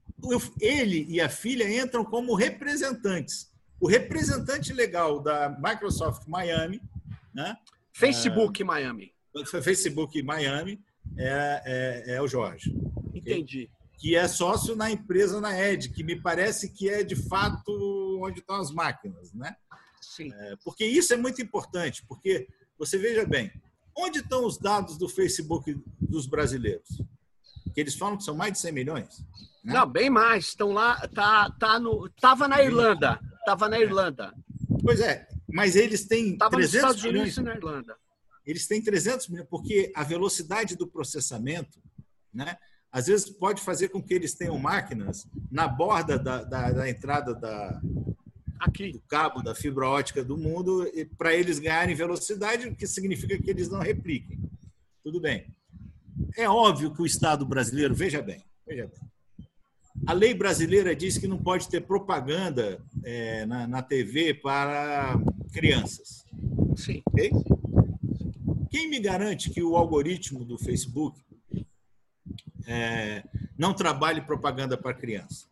B: Ele e a filha entram como representantes. O representante legal da Microsoft Miami, né?
A: Facebook é, Miami.
B: Facebook Miami é, é, é o Jorge.
A: Entendi.
B: Okay? Que é sócio na empresa na Ed, que me parece que é de fato onde estão as máquinas, né?
A: Sim.
B: É, porque isso é muito importante, porque você veja bem, onde estão os dados do Facebook dos brasileiros? Que eles falam que são mais de cem milhões. Né?
A: Não, bem mais. Estão lá, tá, tá no, tava na Irlanda, tava na Irlanda.
B: Pois é, mas eles têm
A: tava
B: trezentos
A: nos Estados Unidos
B: milhões.
A: E na Irlanda.
B: Eles têm trezentos milhões, porque a velocidade do processamento, né, às vezes pode fazer com que eles tenham máquinas na borda da, da, da entrada da,
A: Aqui.
B: do cabo da fibra ótica do mundo, para eles ganharem velocidade, o que significa que eles não repliquem. Tudo bem. É óbvio que o Estado brasileiro, veja bem, veja bem, a lei brasileira diz que não pode ter propaganda é, na, na T V para crianças.
A: Sim.
B: Okay? Quem me garante que o algoritmo do Facebook é, não trabalhe propaganda para criança?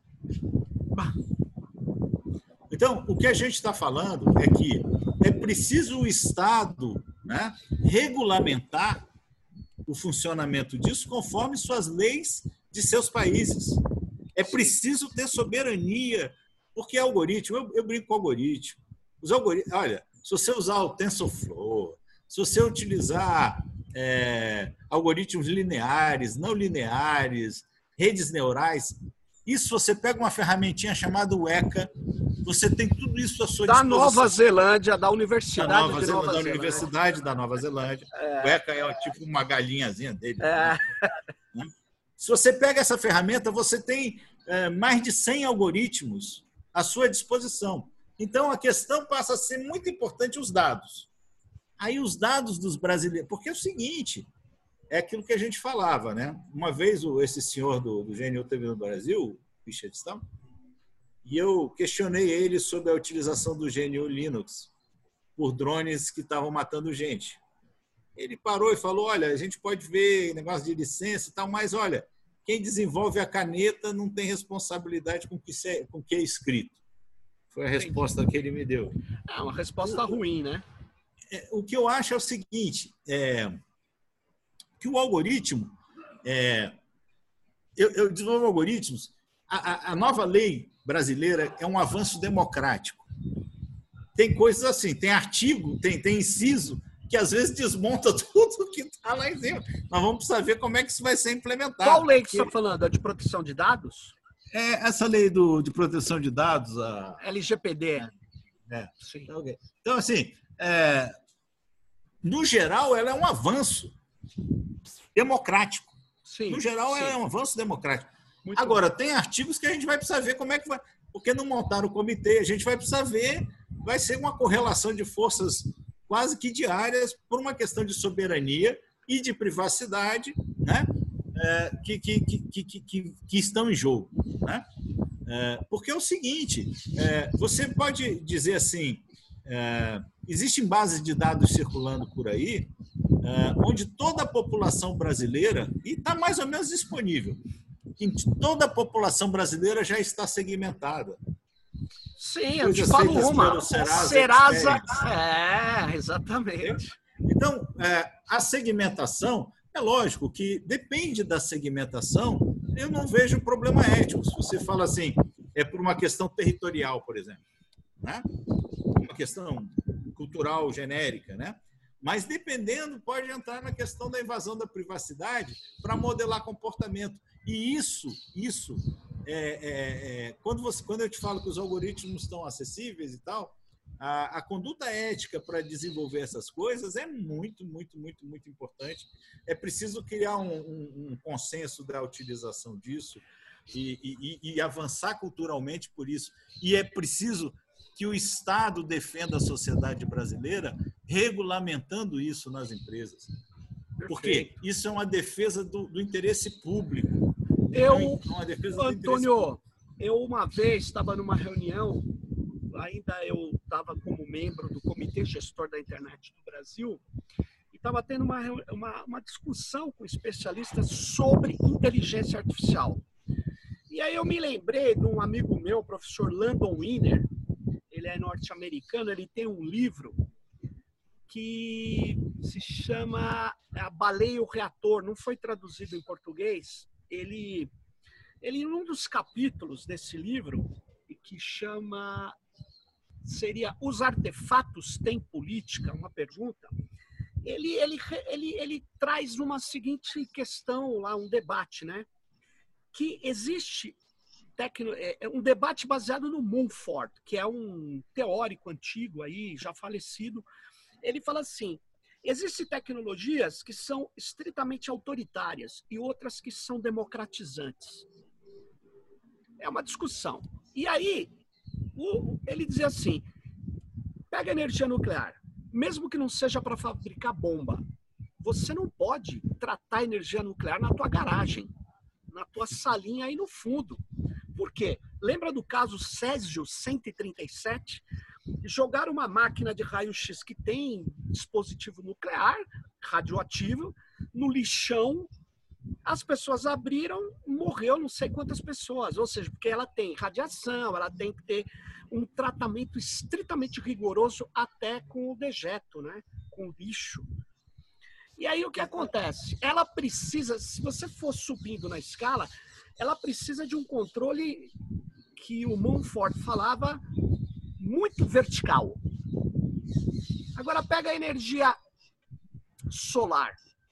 B: Então, o que a gente está falando é que é preciso o Estado, né, regulamentar o funcionamento disso conforme suas leis de seus países. É preciso ter soberania, porque é algoritmo, eu, eu brinco com algoritmo. Os algoritmos, olha, se você usar o TensorFlow, se você utilizar é, algoritmos lineares, não lineares, redes neurais, isso você pega uma ferramentinha chamada Weka, você tem tudo isso à sua
A: da
B: disposição.
A: Da Nova Zelândia, da Universidade
B: da Nova
A: de
B: Zelândia,
A: Nova
B: da
A: Zelândia.
B: Universidade da Nova Zelândia.
A: É.
B: O Weka é tipo uma galinhazinha dele.
A: É.
B: Né? Se você pega essa ferramenta, você tem é, mais de cem algoritmos à sua disposição. Então, a questão passa a ser muito importante os dados. Aí, os dados dos brasileiros... Porque é o seguinte, é aquilo que a gente falava, né? Uma vez esse senhor do, do G N U teve no Brasil, Richard Stallman, e eu questionei ele sobre a utilização do G N U Linux por drones que estavam matando gente. Ele parou e falou, olha, a gente pode ver negócio de licença e tal, mas, olha, quem desenvolve a caneta não tem responsabilidade com o que, com que é escrito. Foi a resposta que ele me deu.
A: É uma resposta ruim, né?
B: O que eu acho é o seguinte, é, que o algoritmo... É, eu, eu desenvolvo algoritmos, a, a nova lei brasileira é um avanço democrático. Tem coisas assim, tem artigo, tem, tem inciso, que às vezes desmonta tudo que está lá em cima. Nós vamos precisar ver como é que isso vai ser implementado.
A: Qual lei que você está falando? A de proteção de dados?
B: É essa lei do, de proteção de dados, a
A: L G P D.
B: É. é.
A: Sim.
B: Okay. Então, assim, é, no geral, ela é um avanço democrático.
A: Sim,
B: no geral,
A: sim.
B: ela é um avanço democrático.
A: Muito
B: Agora,
A: bom.
B: tem artigos que a gente vai precisar ver como é que vai... Porque não montaram o comitê, a gente vai precisar ver, vai ser uma correlação de forças quase que diárias por uma questão de soberania e de privacidade, né? É, que, que, que, que, que, que estão em jogo. Né? É, porque é o seguinte, é, você pode dizer assim, é, existem bases de dados circulando por aí, é, onde toda a população brasileira, e está mais ou menos disponível, toda a população brasileira já está segmentada.
A: Sim, eu te falo uma.
B: Serasa,
A: Serasa. É, exatamente.
B: Então, é, a segmentação, é lógico que depende da segmentação, eu não vejo problema ético. Se você fala assim, é por uma questão territorial, por exemplo, né? Uma questão cultural genérica, né? Mas dependendo, pode entrar na questão da invasão da privacidade para modelar comportamento. E isso, isso é, é, é, quando, você, quando eu te falo que os algoritmos estão acessíveis e tal, a, a conduta ética para desenvolver essas coisas é muito, muito, muito, muito importante. É preciso criar um, um, um consenso da utilização disso e, e, e avançar culturalmente por isso. E é preciso que o Estado defenda a sociedade brasileira regulamentando isso nas empresas. Porque isso é uma defesa do, do interesse público.
A: Eu, Antônio, eu uma vez estava numa reunião, ainda eu estava como membro do Comitê Gestor da Internet do Brasil, e estava tendo uma, uma, uma discussão com especialistas sobre inteligência artificial. E aí eu me lembrei de um amigo meu, o professor Landon Wiener, ele é norte-americano, ele tem um livro que se chama A Baleia e o Reator, não foi traduzido em português. Ele, ele, em um dos capítulos desse livro, que chama, seria Os Artefatos Têm Política, uma pergunta, ele, ele, ele, ele traz uma seguinte questão, lá, um debate, né? Que existe tecno, é, um debate baseado no Mumford, que é um teórico antigo, aí, já falecido. Ele fala assim, existem tecnologias que são estritamente autoritárias e outras que são democratizantes. É uma discussão. E aí, o, ele dizia assim, pega energia nuclear, mesmo que não seja para fabricar bomba, você não pode tratar energia nuclear na tua garagem, na tua salinha aí no fundo. Por quê? Lembra do caso Césio cento e trinta e sete? Jogaram uma máquina de raio-x que tem dispositivo nuclear, radioativo, no lixão. As pessoas abriram, morreu não sei quantas pessoas. Ou seja, porque ela tem radiação, ela tem que ter um tratamento estritamente rigoroso até com o dejeto, né? Com o lixo. E aí o que acontece? Ela precisa, se você for subindo na escala, ela precisa de um controle que o Mumford falava muito vertical. Agora pega a energia solar.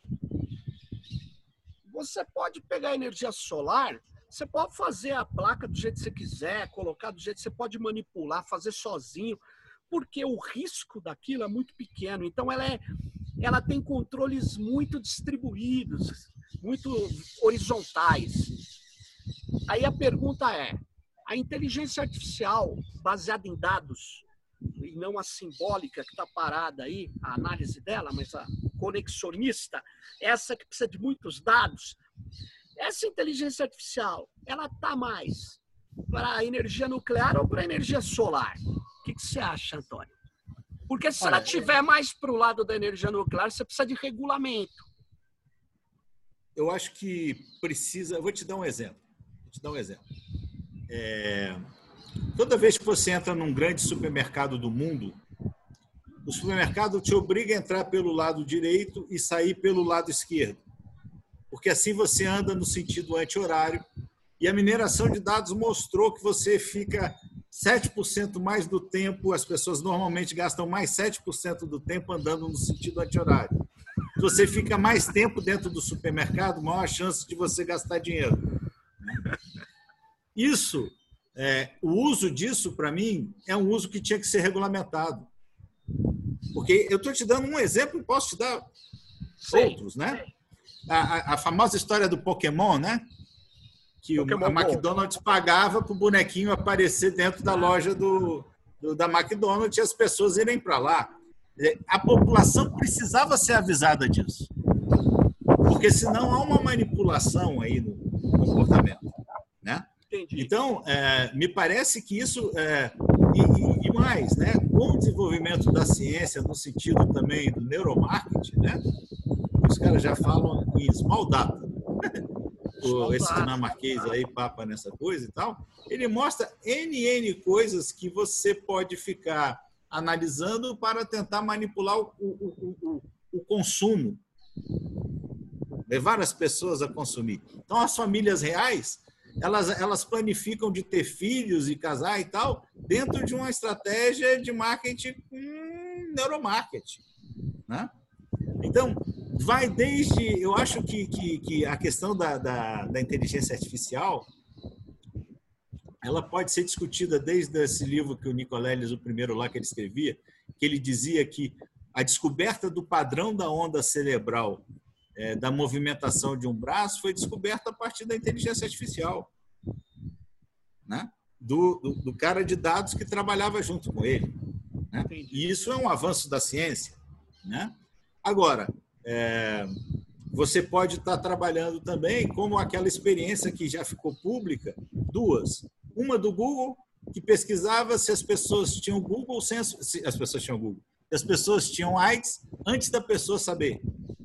A: Você pode pegar a energia solar, você pode fazer a placa do jeito que você quiser, colocar do jeito que você pode manipular, fazer sozinho, porque o risco daquilo é muito pequeno. Então ela, é, ela tem controles muito distribuídos, muito horizontais. Aí a pergunta é, a inteligência artificial baseada em dados, e não a simbólica que está parada aí, a análise dela, mas a conexionista, essa que precisa de muitos dados, essa inteligência artificial, ela está mais para a energia nuclear ou para a energia solar? O que, que você acha, Antônio? Porque se Olha, ela tiver eu... mais para o lado da energia nuclear, você precisa de regulamento.
B: Eu acho que precisa... Eu vou te dar um exemplo. Vou te dar um exemplo. É... Toda vez que você entra num grande supermercado do mundo, o supermercado te obriga a entrar pelo lado direito e sair pelo lado esquerdo. Porque assim você anda no sentido anti-horário. E a mineração de dados mostrou que você fica sete por cento mais do tempo, as pessoas normalmente gastam mais sete por cento do tempo andando no sentido anti-horário. Se você fica mais tempo dentro do supermercado, maior a chance de você gastar dinheiro. isso, é, o uso disso, para mim, é um uso que tinha que ser regulamentado. Porque eu estou te dando um exemplo e posso te dar sim, outros, né? A, a, a famosa história do Pokémon, né? Que Pokémon a McDonald's Go. pagava para o bonequinho aparecer dentro da loja do, do, da McDonald's e as pessoas irem para lá. A população precisava ser avisada disso. Porque senão há uma manipulação aí no comportamento, né? Entendi. Então, é, me parece que isso... É, e, e mais, né? Com o desenvolvimento da ciência, no sentido também do neuromarketing, né? Os caras já falam em small data. O, esse dinamarquês aí, papa nessa coisa e tal, ele mostra N N coisas que você pode ficar analisando para tentar manipular o, o, o, o consumo. Levar as pessoas a consumir. Então, as famílias reais, elas, elas planificam de ter filhos e casar e tal, dentro de uma estratégia de marketing com neuromarketing, né? Então, vai desde... Eu acho que, que, que a questão da, da, da inteligência artificial, ela pode ser discutida desde esse livro que o Nicoleles, o primeiro lá que ele escrevia, que ele dizia que a descoberta do padrão da onda cerebral é, da movimentação de um braço foi descoberta a partir da inteligência artificial, né? do, do, do cara de dados que trabalhava junto com ele, né? E isso é um avanço da ciência, né? Agora, é, você pode estar trabalhando também como aquela experiência que já ficou pública, duas. Uma do Google, que pesquisava se as pessoas tinham Google, sem as, se as pessoas tinham Google, se as pessoas tinham AIDS antes da pessoa saber,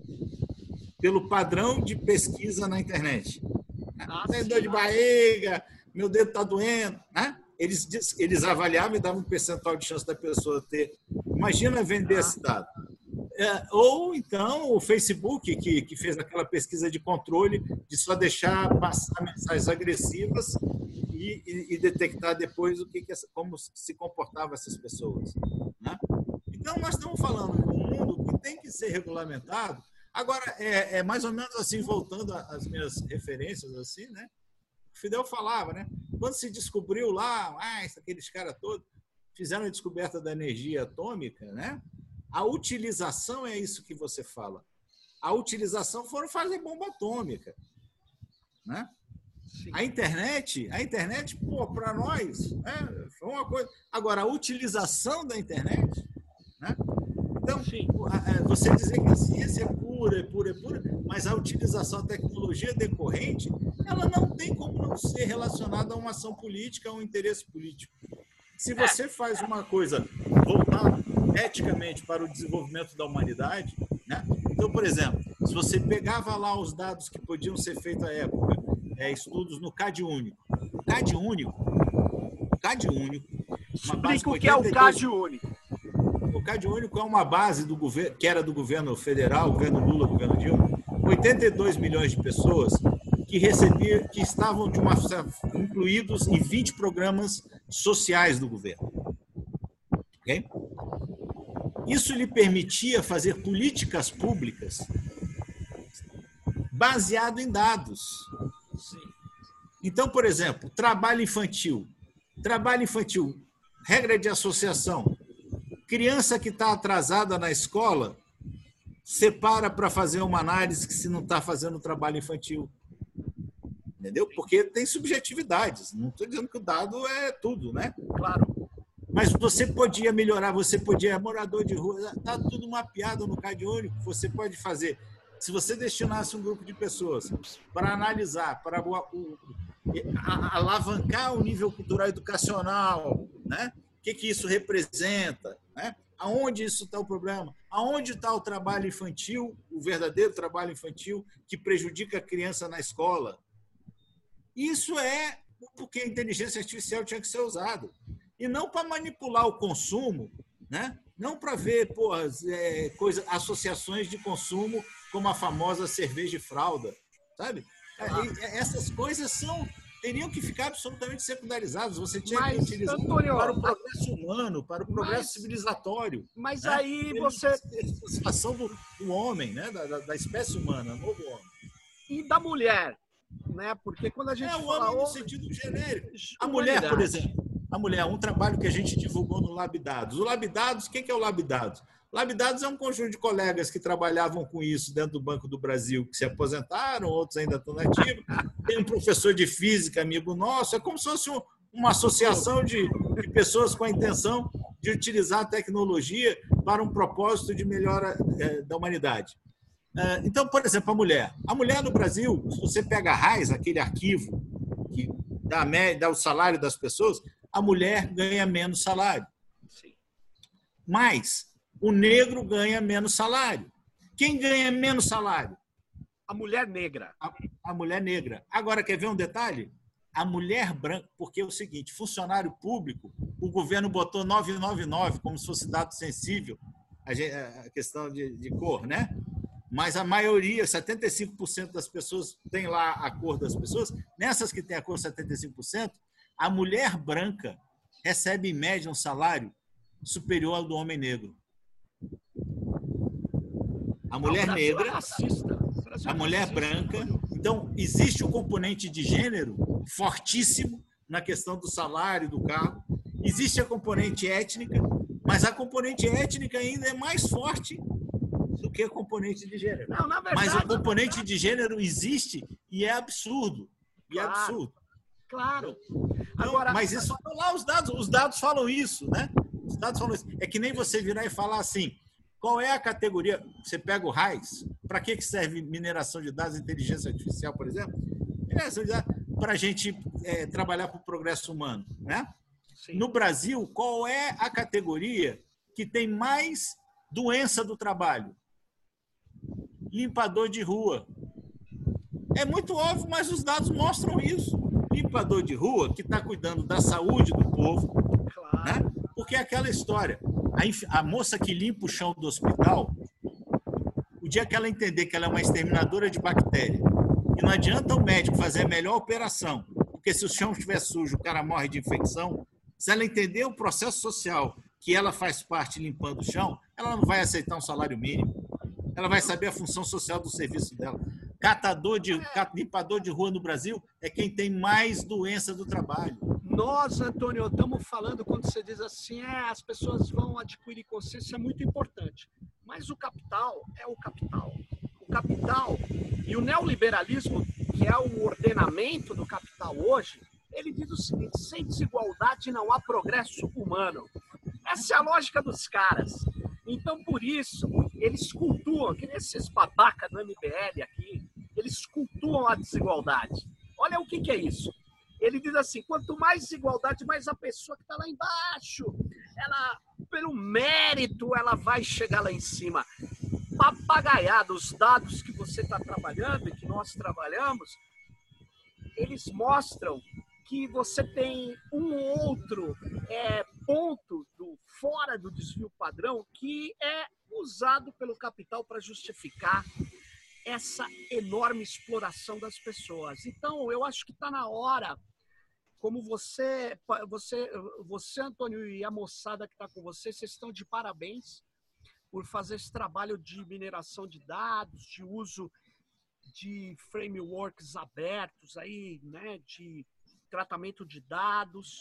B: pelo padrão de pesquisa na internet. Ah, tem dor de barriga, meu dedo está doendo, né? Eles, eles avaliavam e davam um percentual de chance da pessoa ter. Imagina vender esse dado. É, ou então o Facebook, que, que fez aquela pesquisa de controle de só deixar passar mensagens agressivas e, e, e detectar depois o que, que como se comportavam essas pessoas, né? Então, nós estamos falando de um mundo que tem que ser regulamentado. Agora, é, é mais ou menos assim, voltando às minhas referências, assim, né? O Fidel falava, né? Quando se descobriu lá, ah, aqueles caras todos fizeram a descoberta da energia atômica, né? A utilização é isso que você fala. A utilização foram fazer bomba atômica, né? Sim. A internet, a internet, pô, para nós, né, foi uma coisa. Agora, a utilização da internet, né? Então, sim, você dizer que a ciência é pura, é pura, é pura, mas a utilização da tecnologia decorrente, ela não tem como não ser relacionada a uma ação política, a um interesse político. Se você faz uma coisa voltada eticamente para o desenvolvimento da humanidade, né? Então, por exemplo, se você pegava lá os dados que podiam ser feitos à época, é, estudos no CadÚnico. O CadÚnico, o CadÚnico, uma base
A: Explica o que é o CadÚnico.
B: O CadÚnico é uma base do governo, que era do governo federal, governo Lula, governo Dilma, oitenta e dois milhões de pessoas que recebiam, que estavam de uma, incluídos em vinte programas sociais do governo. Okay? Isso lhe permitia fazer políticas públicas baseado em dados. Então, por exemplo, trabalho infantil. Trabalho infantil, regra de associação. Criança que está atrasada na escola, separa para fazer uma análise que se não está fazendo trabalho infantil. Entendeu? Porque tem subjetividades. Não estou dizendo que o dado é tudo, né?
A: Claro.
B: Mas você podia melhorar, você podia, morador de rua, está tudo mapeado no CadÚnico, você pode fazer. Se você destinasse um grupo de pessoas para analisar, para o, o, a, alavancar o nível cultural educacional, né? O que, que isso representa, né? Aonde isso está o problema? Aonde está o trabalho infantil, o verdadeiro trabalho infantil que prejudica a criança na escola? Isso é porque a inteligência artificial tinha que ser usada. E não para manipular o consumo, né? Não para ver pô, é, coisa, associações de consumo como a famosa cerveja e fralda, sabe? É, essas coisas são, teriam que ficar absolutamente secundarizadas. Você tinha mas, que utilizar Antônio, para o progresso humano, para o progresso mas, civilizatório.
A: Mas
B: né?
A: aí você...
B: A satisfação do, do homem, né? da, da espécie humana, novo homem.
A: E da mulher? né? Porque quando a gente
B: é o
A: fala
B: homem no
A: homem,
B: sentido genérico. A mulher, por
A: humanidade.
B: exemplo, a mulher, um trabalho que a gente divulgou no Labdados. O Labdados, o que é o Labdados? Labdados é um conjunto de colegas que trabalhavam com isso dentro do Banco do Brasil, que se aposentaram, outros ainda estão nativos. Tem um professor de física, amigo nosso. É como se fosse um, uma associação de, de pessoas com a intenção de utilizar a tecnologia para um propósito de melhora é, da humanidade. É, então, por exemplo, a mulher. A mulher no Brasil, se você pega a RAIS, aquele arquivo que dá, a média, dá o salário das pessoas, a mulher ganha menos salário.
A: Sim.
B: Mas o negro ganha menos salário. Quem ganha menos salário?
A: A mulher negra.
B: A, a mulher negra. Agora, quer ver um detalhe? A mulher branca, porque é o seguinte, funcionário público, o governo botou novecentos e noventa e nove como se fosse dado sensível, a, gente, a questão de, de cor, né? Mas a maioria, setenta e cinco por cento das pessoas tem lá a cor das pessoas. Nessas que tem a cor setenta e cinco por cento, a mulher branca recebe, em média, um salário superior ao do homem negro. A mulher negra, a mulher branca. Então, existe o componente de gênero fortíssimo na questão do salário, do cargo. Existe a componente étnica, mas a componente étnica ainda é mais forte do que a componente de gênero.
A: Não, na verdade,
B: mas o componente de gênero existe e é absurdo. E
A: claro,
B: é absurdo.
A: Claro.
B: Então, Agora, mas isso lá os dados, os dados falam isso, né? Os dados falam isso. É que nem você virar e falar assim, qual é a categoria? Você pega o RAIS, para que serve mineração de dados, inteligência artificial, por exemplo? Mineração de dados para a gente é, trabalhar para o progresso humano, né? Sim. No Brasil, qual é a categoria que tem mais doença do trabalho? Limpador de rua. É muito óbvio, mas os dados mostram isso. Limpador de rua que está cuidando da saúde do povo, claro, né? Porque é aquela história. A, a moça que limpa o chão do hospital, o dia que ela entender que ela é uma exterminadora de bactérias, e não adianta o médico fazer a melhor operação, porque se o chão estiver sujo, o cara morre de infecção. Se ela entender o processo social que ela faz parte limpando o chão, ela não vai aceitar um salário mínimo. Ela vai saber a função social do serviço dela. Catador de, limpador de rua no Brasil é quem tem mais doença do trabalho.
A: Nós, Antônio, estamos falando, quando você diz assim, é, as pessoas vão adquirir consciência, é muito importante. Mas o capital é o capital. O capital e o neoliberalismo, que é o ordenamento do capital hoje, ele diz o seguinte, sem desigualdade não há progresso humano. Essa é a lógica dos caras. Então, por isso, eles cultuam, que nem esses babacas do M B L aqui, eles cultuam a desigualdade. Olha o que, que é isso. Ele diz assim, quanto mais desigualdade, mais a pessoa que está lá embaixo, ela, pelo mérito, ela vai chegar lá em cima. Papagaiado, os dados que você está trabalhando e que nós trabalhamos, eles mostram que você tem um outro é, ponto do, fora do desvio padrão que é usado pelo capital para justificar essa enorme exploração das pessoas. Então, eu acho que está na hora, como você, você, você, Antônio, e a moçada que está com você, vocês estão de parabéns por fazer esse trabalho de mineração de dados, de uso de frameworks abertos, aí, né, de tratamento de dados,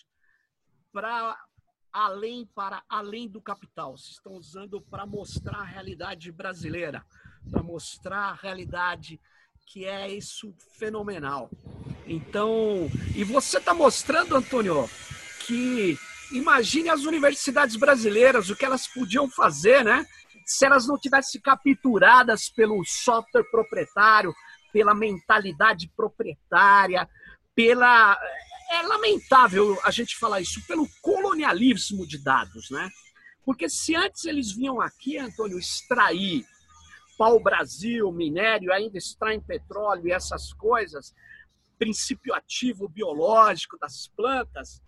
A: para além, para além do capital. Vocês estão usando para mostrar a realidade brasileira, para mostrar a realidade que é isso fenomenal. Então, e você está mostrando, Antônio, que imagine as universidades brasileiras, o que elas podiam fazer, né? Se elas não tivessem capturadas pelo software proprietário, pela mentalidade proprietária, pela... É lamentável a gente falar isso, pelo colonialismo de dados, né? Porque se antes eles vinham aqui, Antônio, extrair pau-brasil, minério, ainda extraem petróleo e essas coisas, princípio ativo biológico das plantas,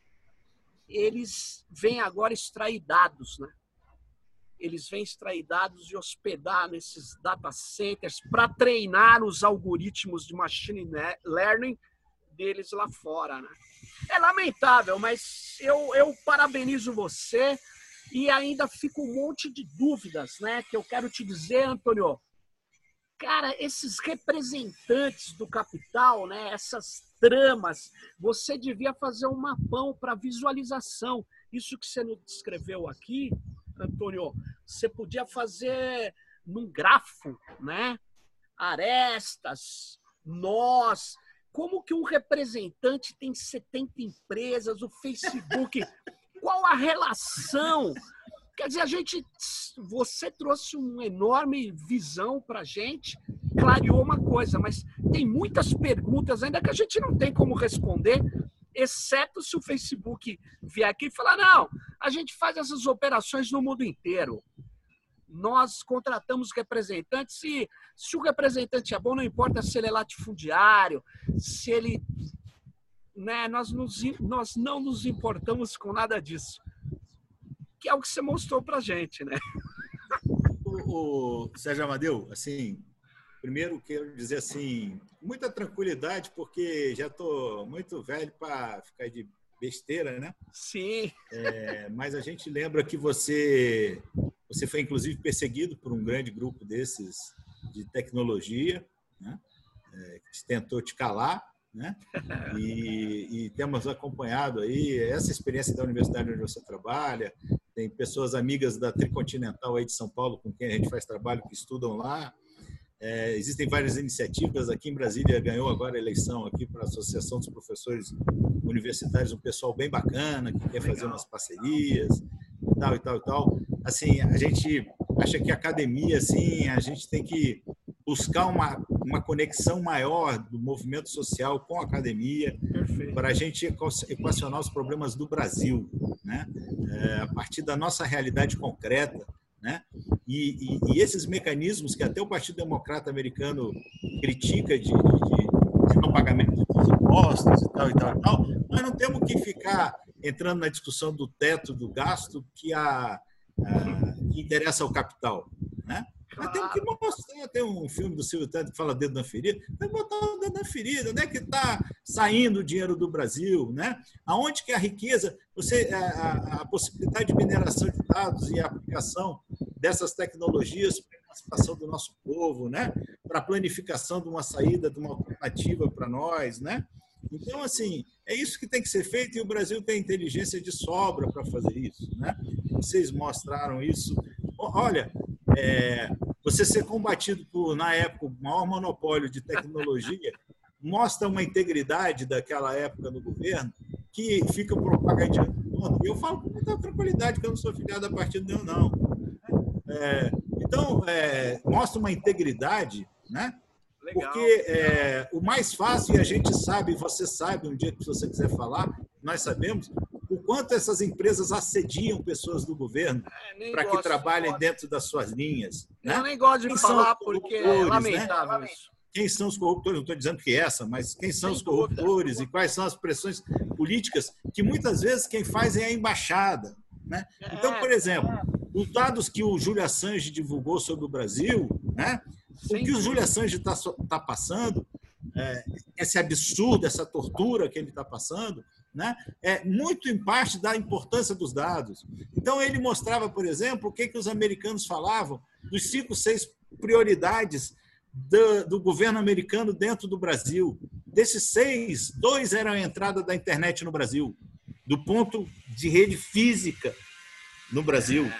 A: eles vêm agora extrair dados, né? Eles vêm extrair dados e hospedar nesses data centers para treinar os algoritmos de machine learning deles lá fora, né? É lamentável, mas eu, eu parabenizo você e ainda fica um monte de dúvidas, né? Que eu quero te dizer, Antônio, Cara, esses representantes do capital, né, essas tramas, você devia fazer um mapão para visualização. Isso que você nos descreveu aqui, Antônio, você podia fazer num grafo, né? Arestas, nós. Como que um representante tem setenta empresas, o Facebook? Qual a relação? Quer dizer, a gente, você trouxe uma enorme visão para a gente, clareou uma coisa, mas tem muitas perguntas ainda que a gente não tem como responder, exceto se o Facebook vier aqui e falar, não, a gente faz essas operações no mundo inteiro. Nós contratamos representantes e se o representante é bom, não importa se ele é latifundiário, se ele... Né, nós, nos, nós não nos importamos com nada disso. Que é o que você mostrou pra gente, né?
B: O, o Sérgio Amadeu, assim, primeiro quero dizer assim, muita tranquilidade, porque já estou muito velho para ficar de besteira, né?
A: Sim.
B: É, mas a gente lembra que você, você foi, inclusive, perseguido por um grande grupo desses de tecnologia, né? É, que tentou te calar, né? E, e temos acompanhado aí essa experiência da universidade onde você trabalha. Tem pessoas amigas da Tricontinental aí de São Paulo com quem a gente faz trabalho, que estudam lá. É, existem várias iniciativas. Aqui em Brasília ganhou agora a eleição aqui para a Associação dos Professores Universitários, um pessoal bem bacana que quer fazer umas parcerias e tal e tal e tal. Assim, a gente acha que a academia, assim, a gente tem que buscar uma, uma conexão maior do movimento social com a academia, para a gente equacionar os problemas do Brasil, né? É, a partir da nossa realidade concreta, né? E, e, e esses mecanismos que até o Partido Democrata americano critica de, de, de não pagamento dos impostos e tal e tal e tal, nós não temos que ficar entrando na discussão do teto do gasto que, a, a, que interessa ao capital, né? Nós temos que mostrar, tem um filme do Silvio Santos que fala dedo na ferida, tem que botar o dedo na ferida, onde é que está saindo o dinheiro do Brasil, né? Aonde que a riqueza, você, a, a possibilidade de mineração de dados e a aplicação dessas tecnologias para a emancipação do nosso povo, né? Para a planificação de uma saída, de uma alternativa para nós, né? Então, assim, é isso que tem que ser feito e o Brasil tem inteligência de sobra para fazer isso, né? Vocês mostraram isso. Olha, é, você ser combatido por, na época, o maior monopólio de tecnologia mostra uma integridade daquela época do governo que fica propagandando. Eu falo com muita tranquilidade que eu não sou filiado a partido nenhum, não. É, então, é, mostra uma integridade, né? Legal. Porque é, o mais fácil, e a gente sabe, você sabe, um dia que você quiser falar, nós sabemos, o quanto essas empresas assediam pessoas do governo é, para que trabalhem dentro das suas linhas.
A: Eu
B: né?
A: nem gosto de quem falar porque é lamentável
B: né?
A: isso.
B: Quem são os corruptores? Não estou dizendo que é essa, mas quem são Sem os corruptores dúvida. E quais são as pressões políticas que muitas vezes quem faz é a embaixada. Né? Então, por exemplo, os dados que o Júlio Assange divulgou sobre o Brasil, né? O que o Júlio Assange está tá passando, é, esse absurdo, essa tortura que ele está passando, né, é muito em parte da importância dos dados. Então, ele mostrava, por exemplo, o que, que os americanos falavam dos cinco, seis prioridades do, do governo americano dentro do Brasil. Desses seis, dois eram a entrada da internet no Brasil, do ponto de rede física no Brasil.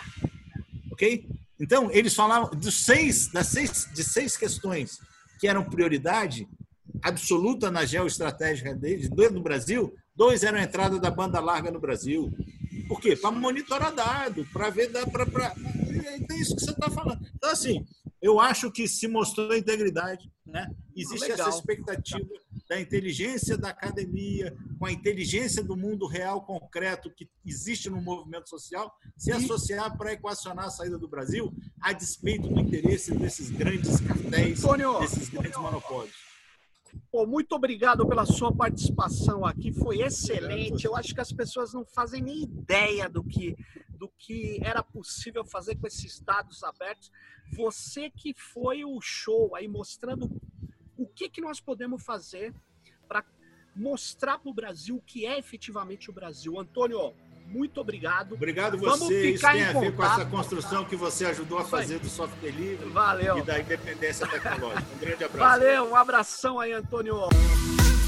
B: Ok? Então, eles falavam dos seis, das seis, de seis questões que eram prioridade absoluta na geoestratégia deles, do Brasil, dois eram a entrada da banda larga no Brasil. Por quê? Para monitorar dado, para ver... Pra, pra, é isso que você está falando. Então, assim, eu acho que se mostrou a integridade, né? Existe essa expectativa da inteligência da academia, com a inteligência do mundo real concreto que existe no movimento social, se associar para equacionar a saída do Brasil a despeito do interesse desses grandes cartéis, Antônio, desses grandes monopólios.
A: Pô, muito obrigado pela sua participação aqui, foi excelente. Eu acho que as pessoas não fazem nem ideia do que, do que era possível fazer com esses dados abertos. Você que foi o show aí mostrando o que, que nós podemos fazer para mostrar para o Brasil o que é efetivamente o Brasil. Antônio, muito obrigado.
B: Obrigado você.
A: Vamos ficar
B: Isso tem
A: em
B: a ver
A: contato.
B: com essa construção que você ajudou a fazer do software livre.
A: Valeu.
B: E da independência tecnológica. Um grande abraço.
A: Valeu, um abração aí, Antônio.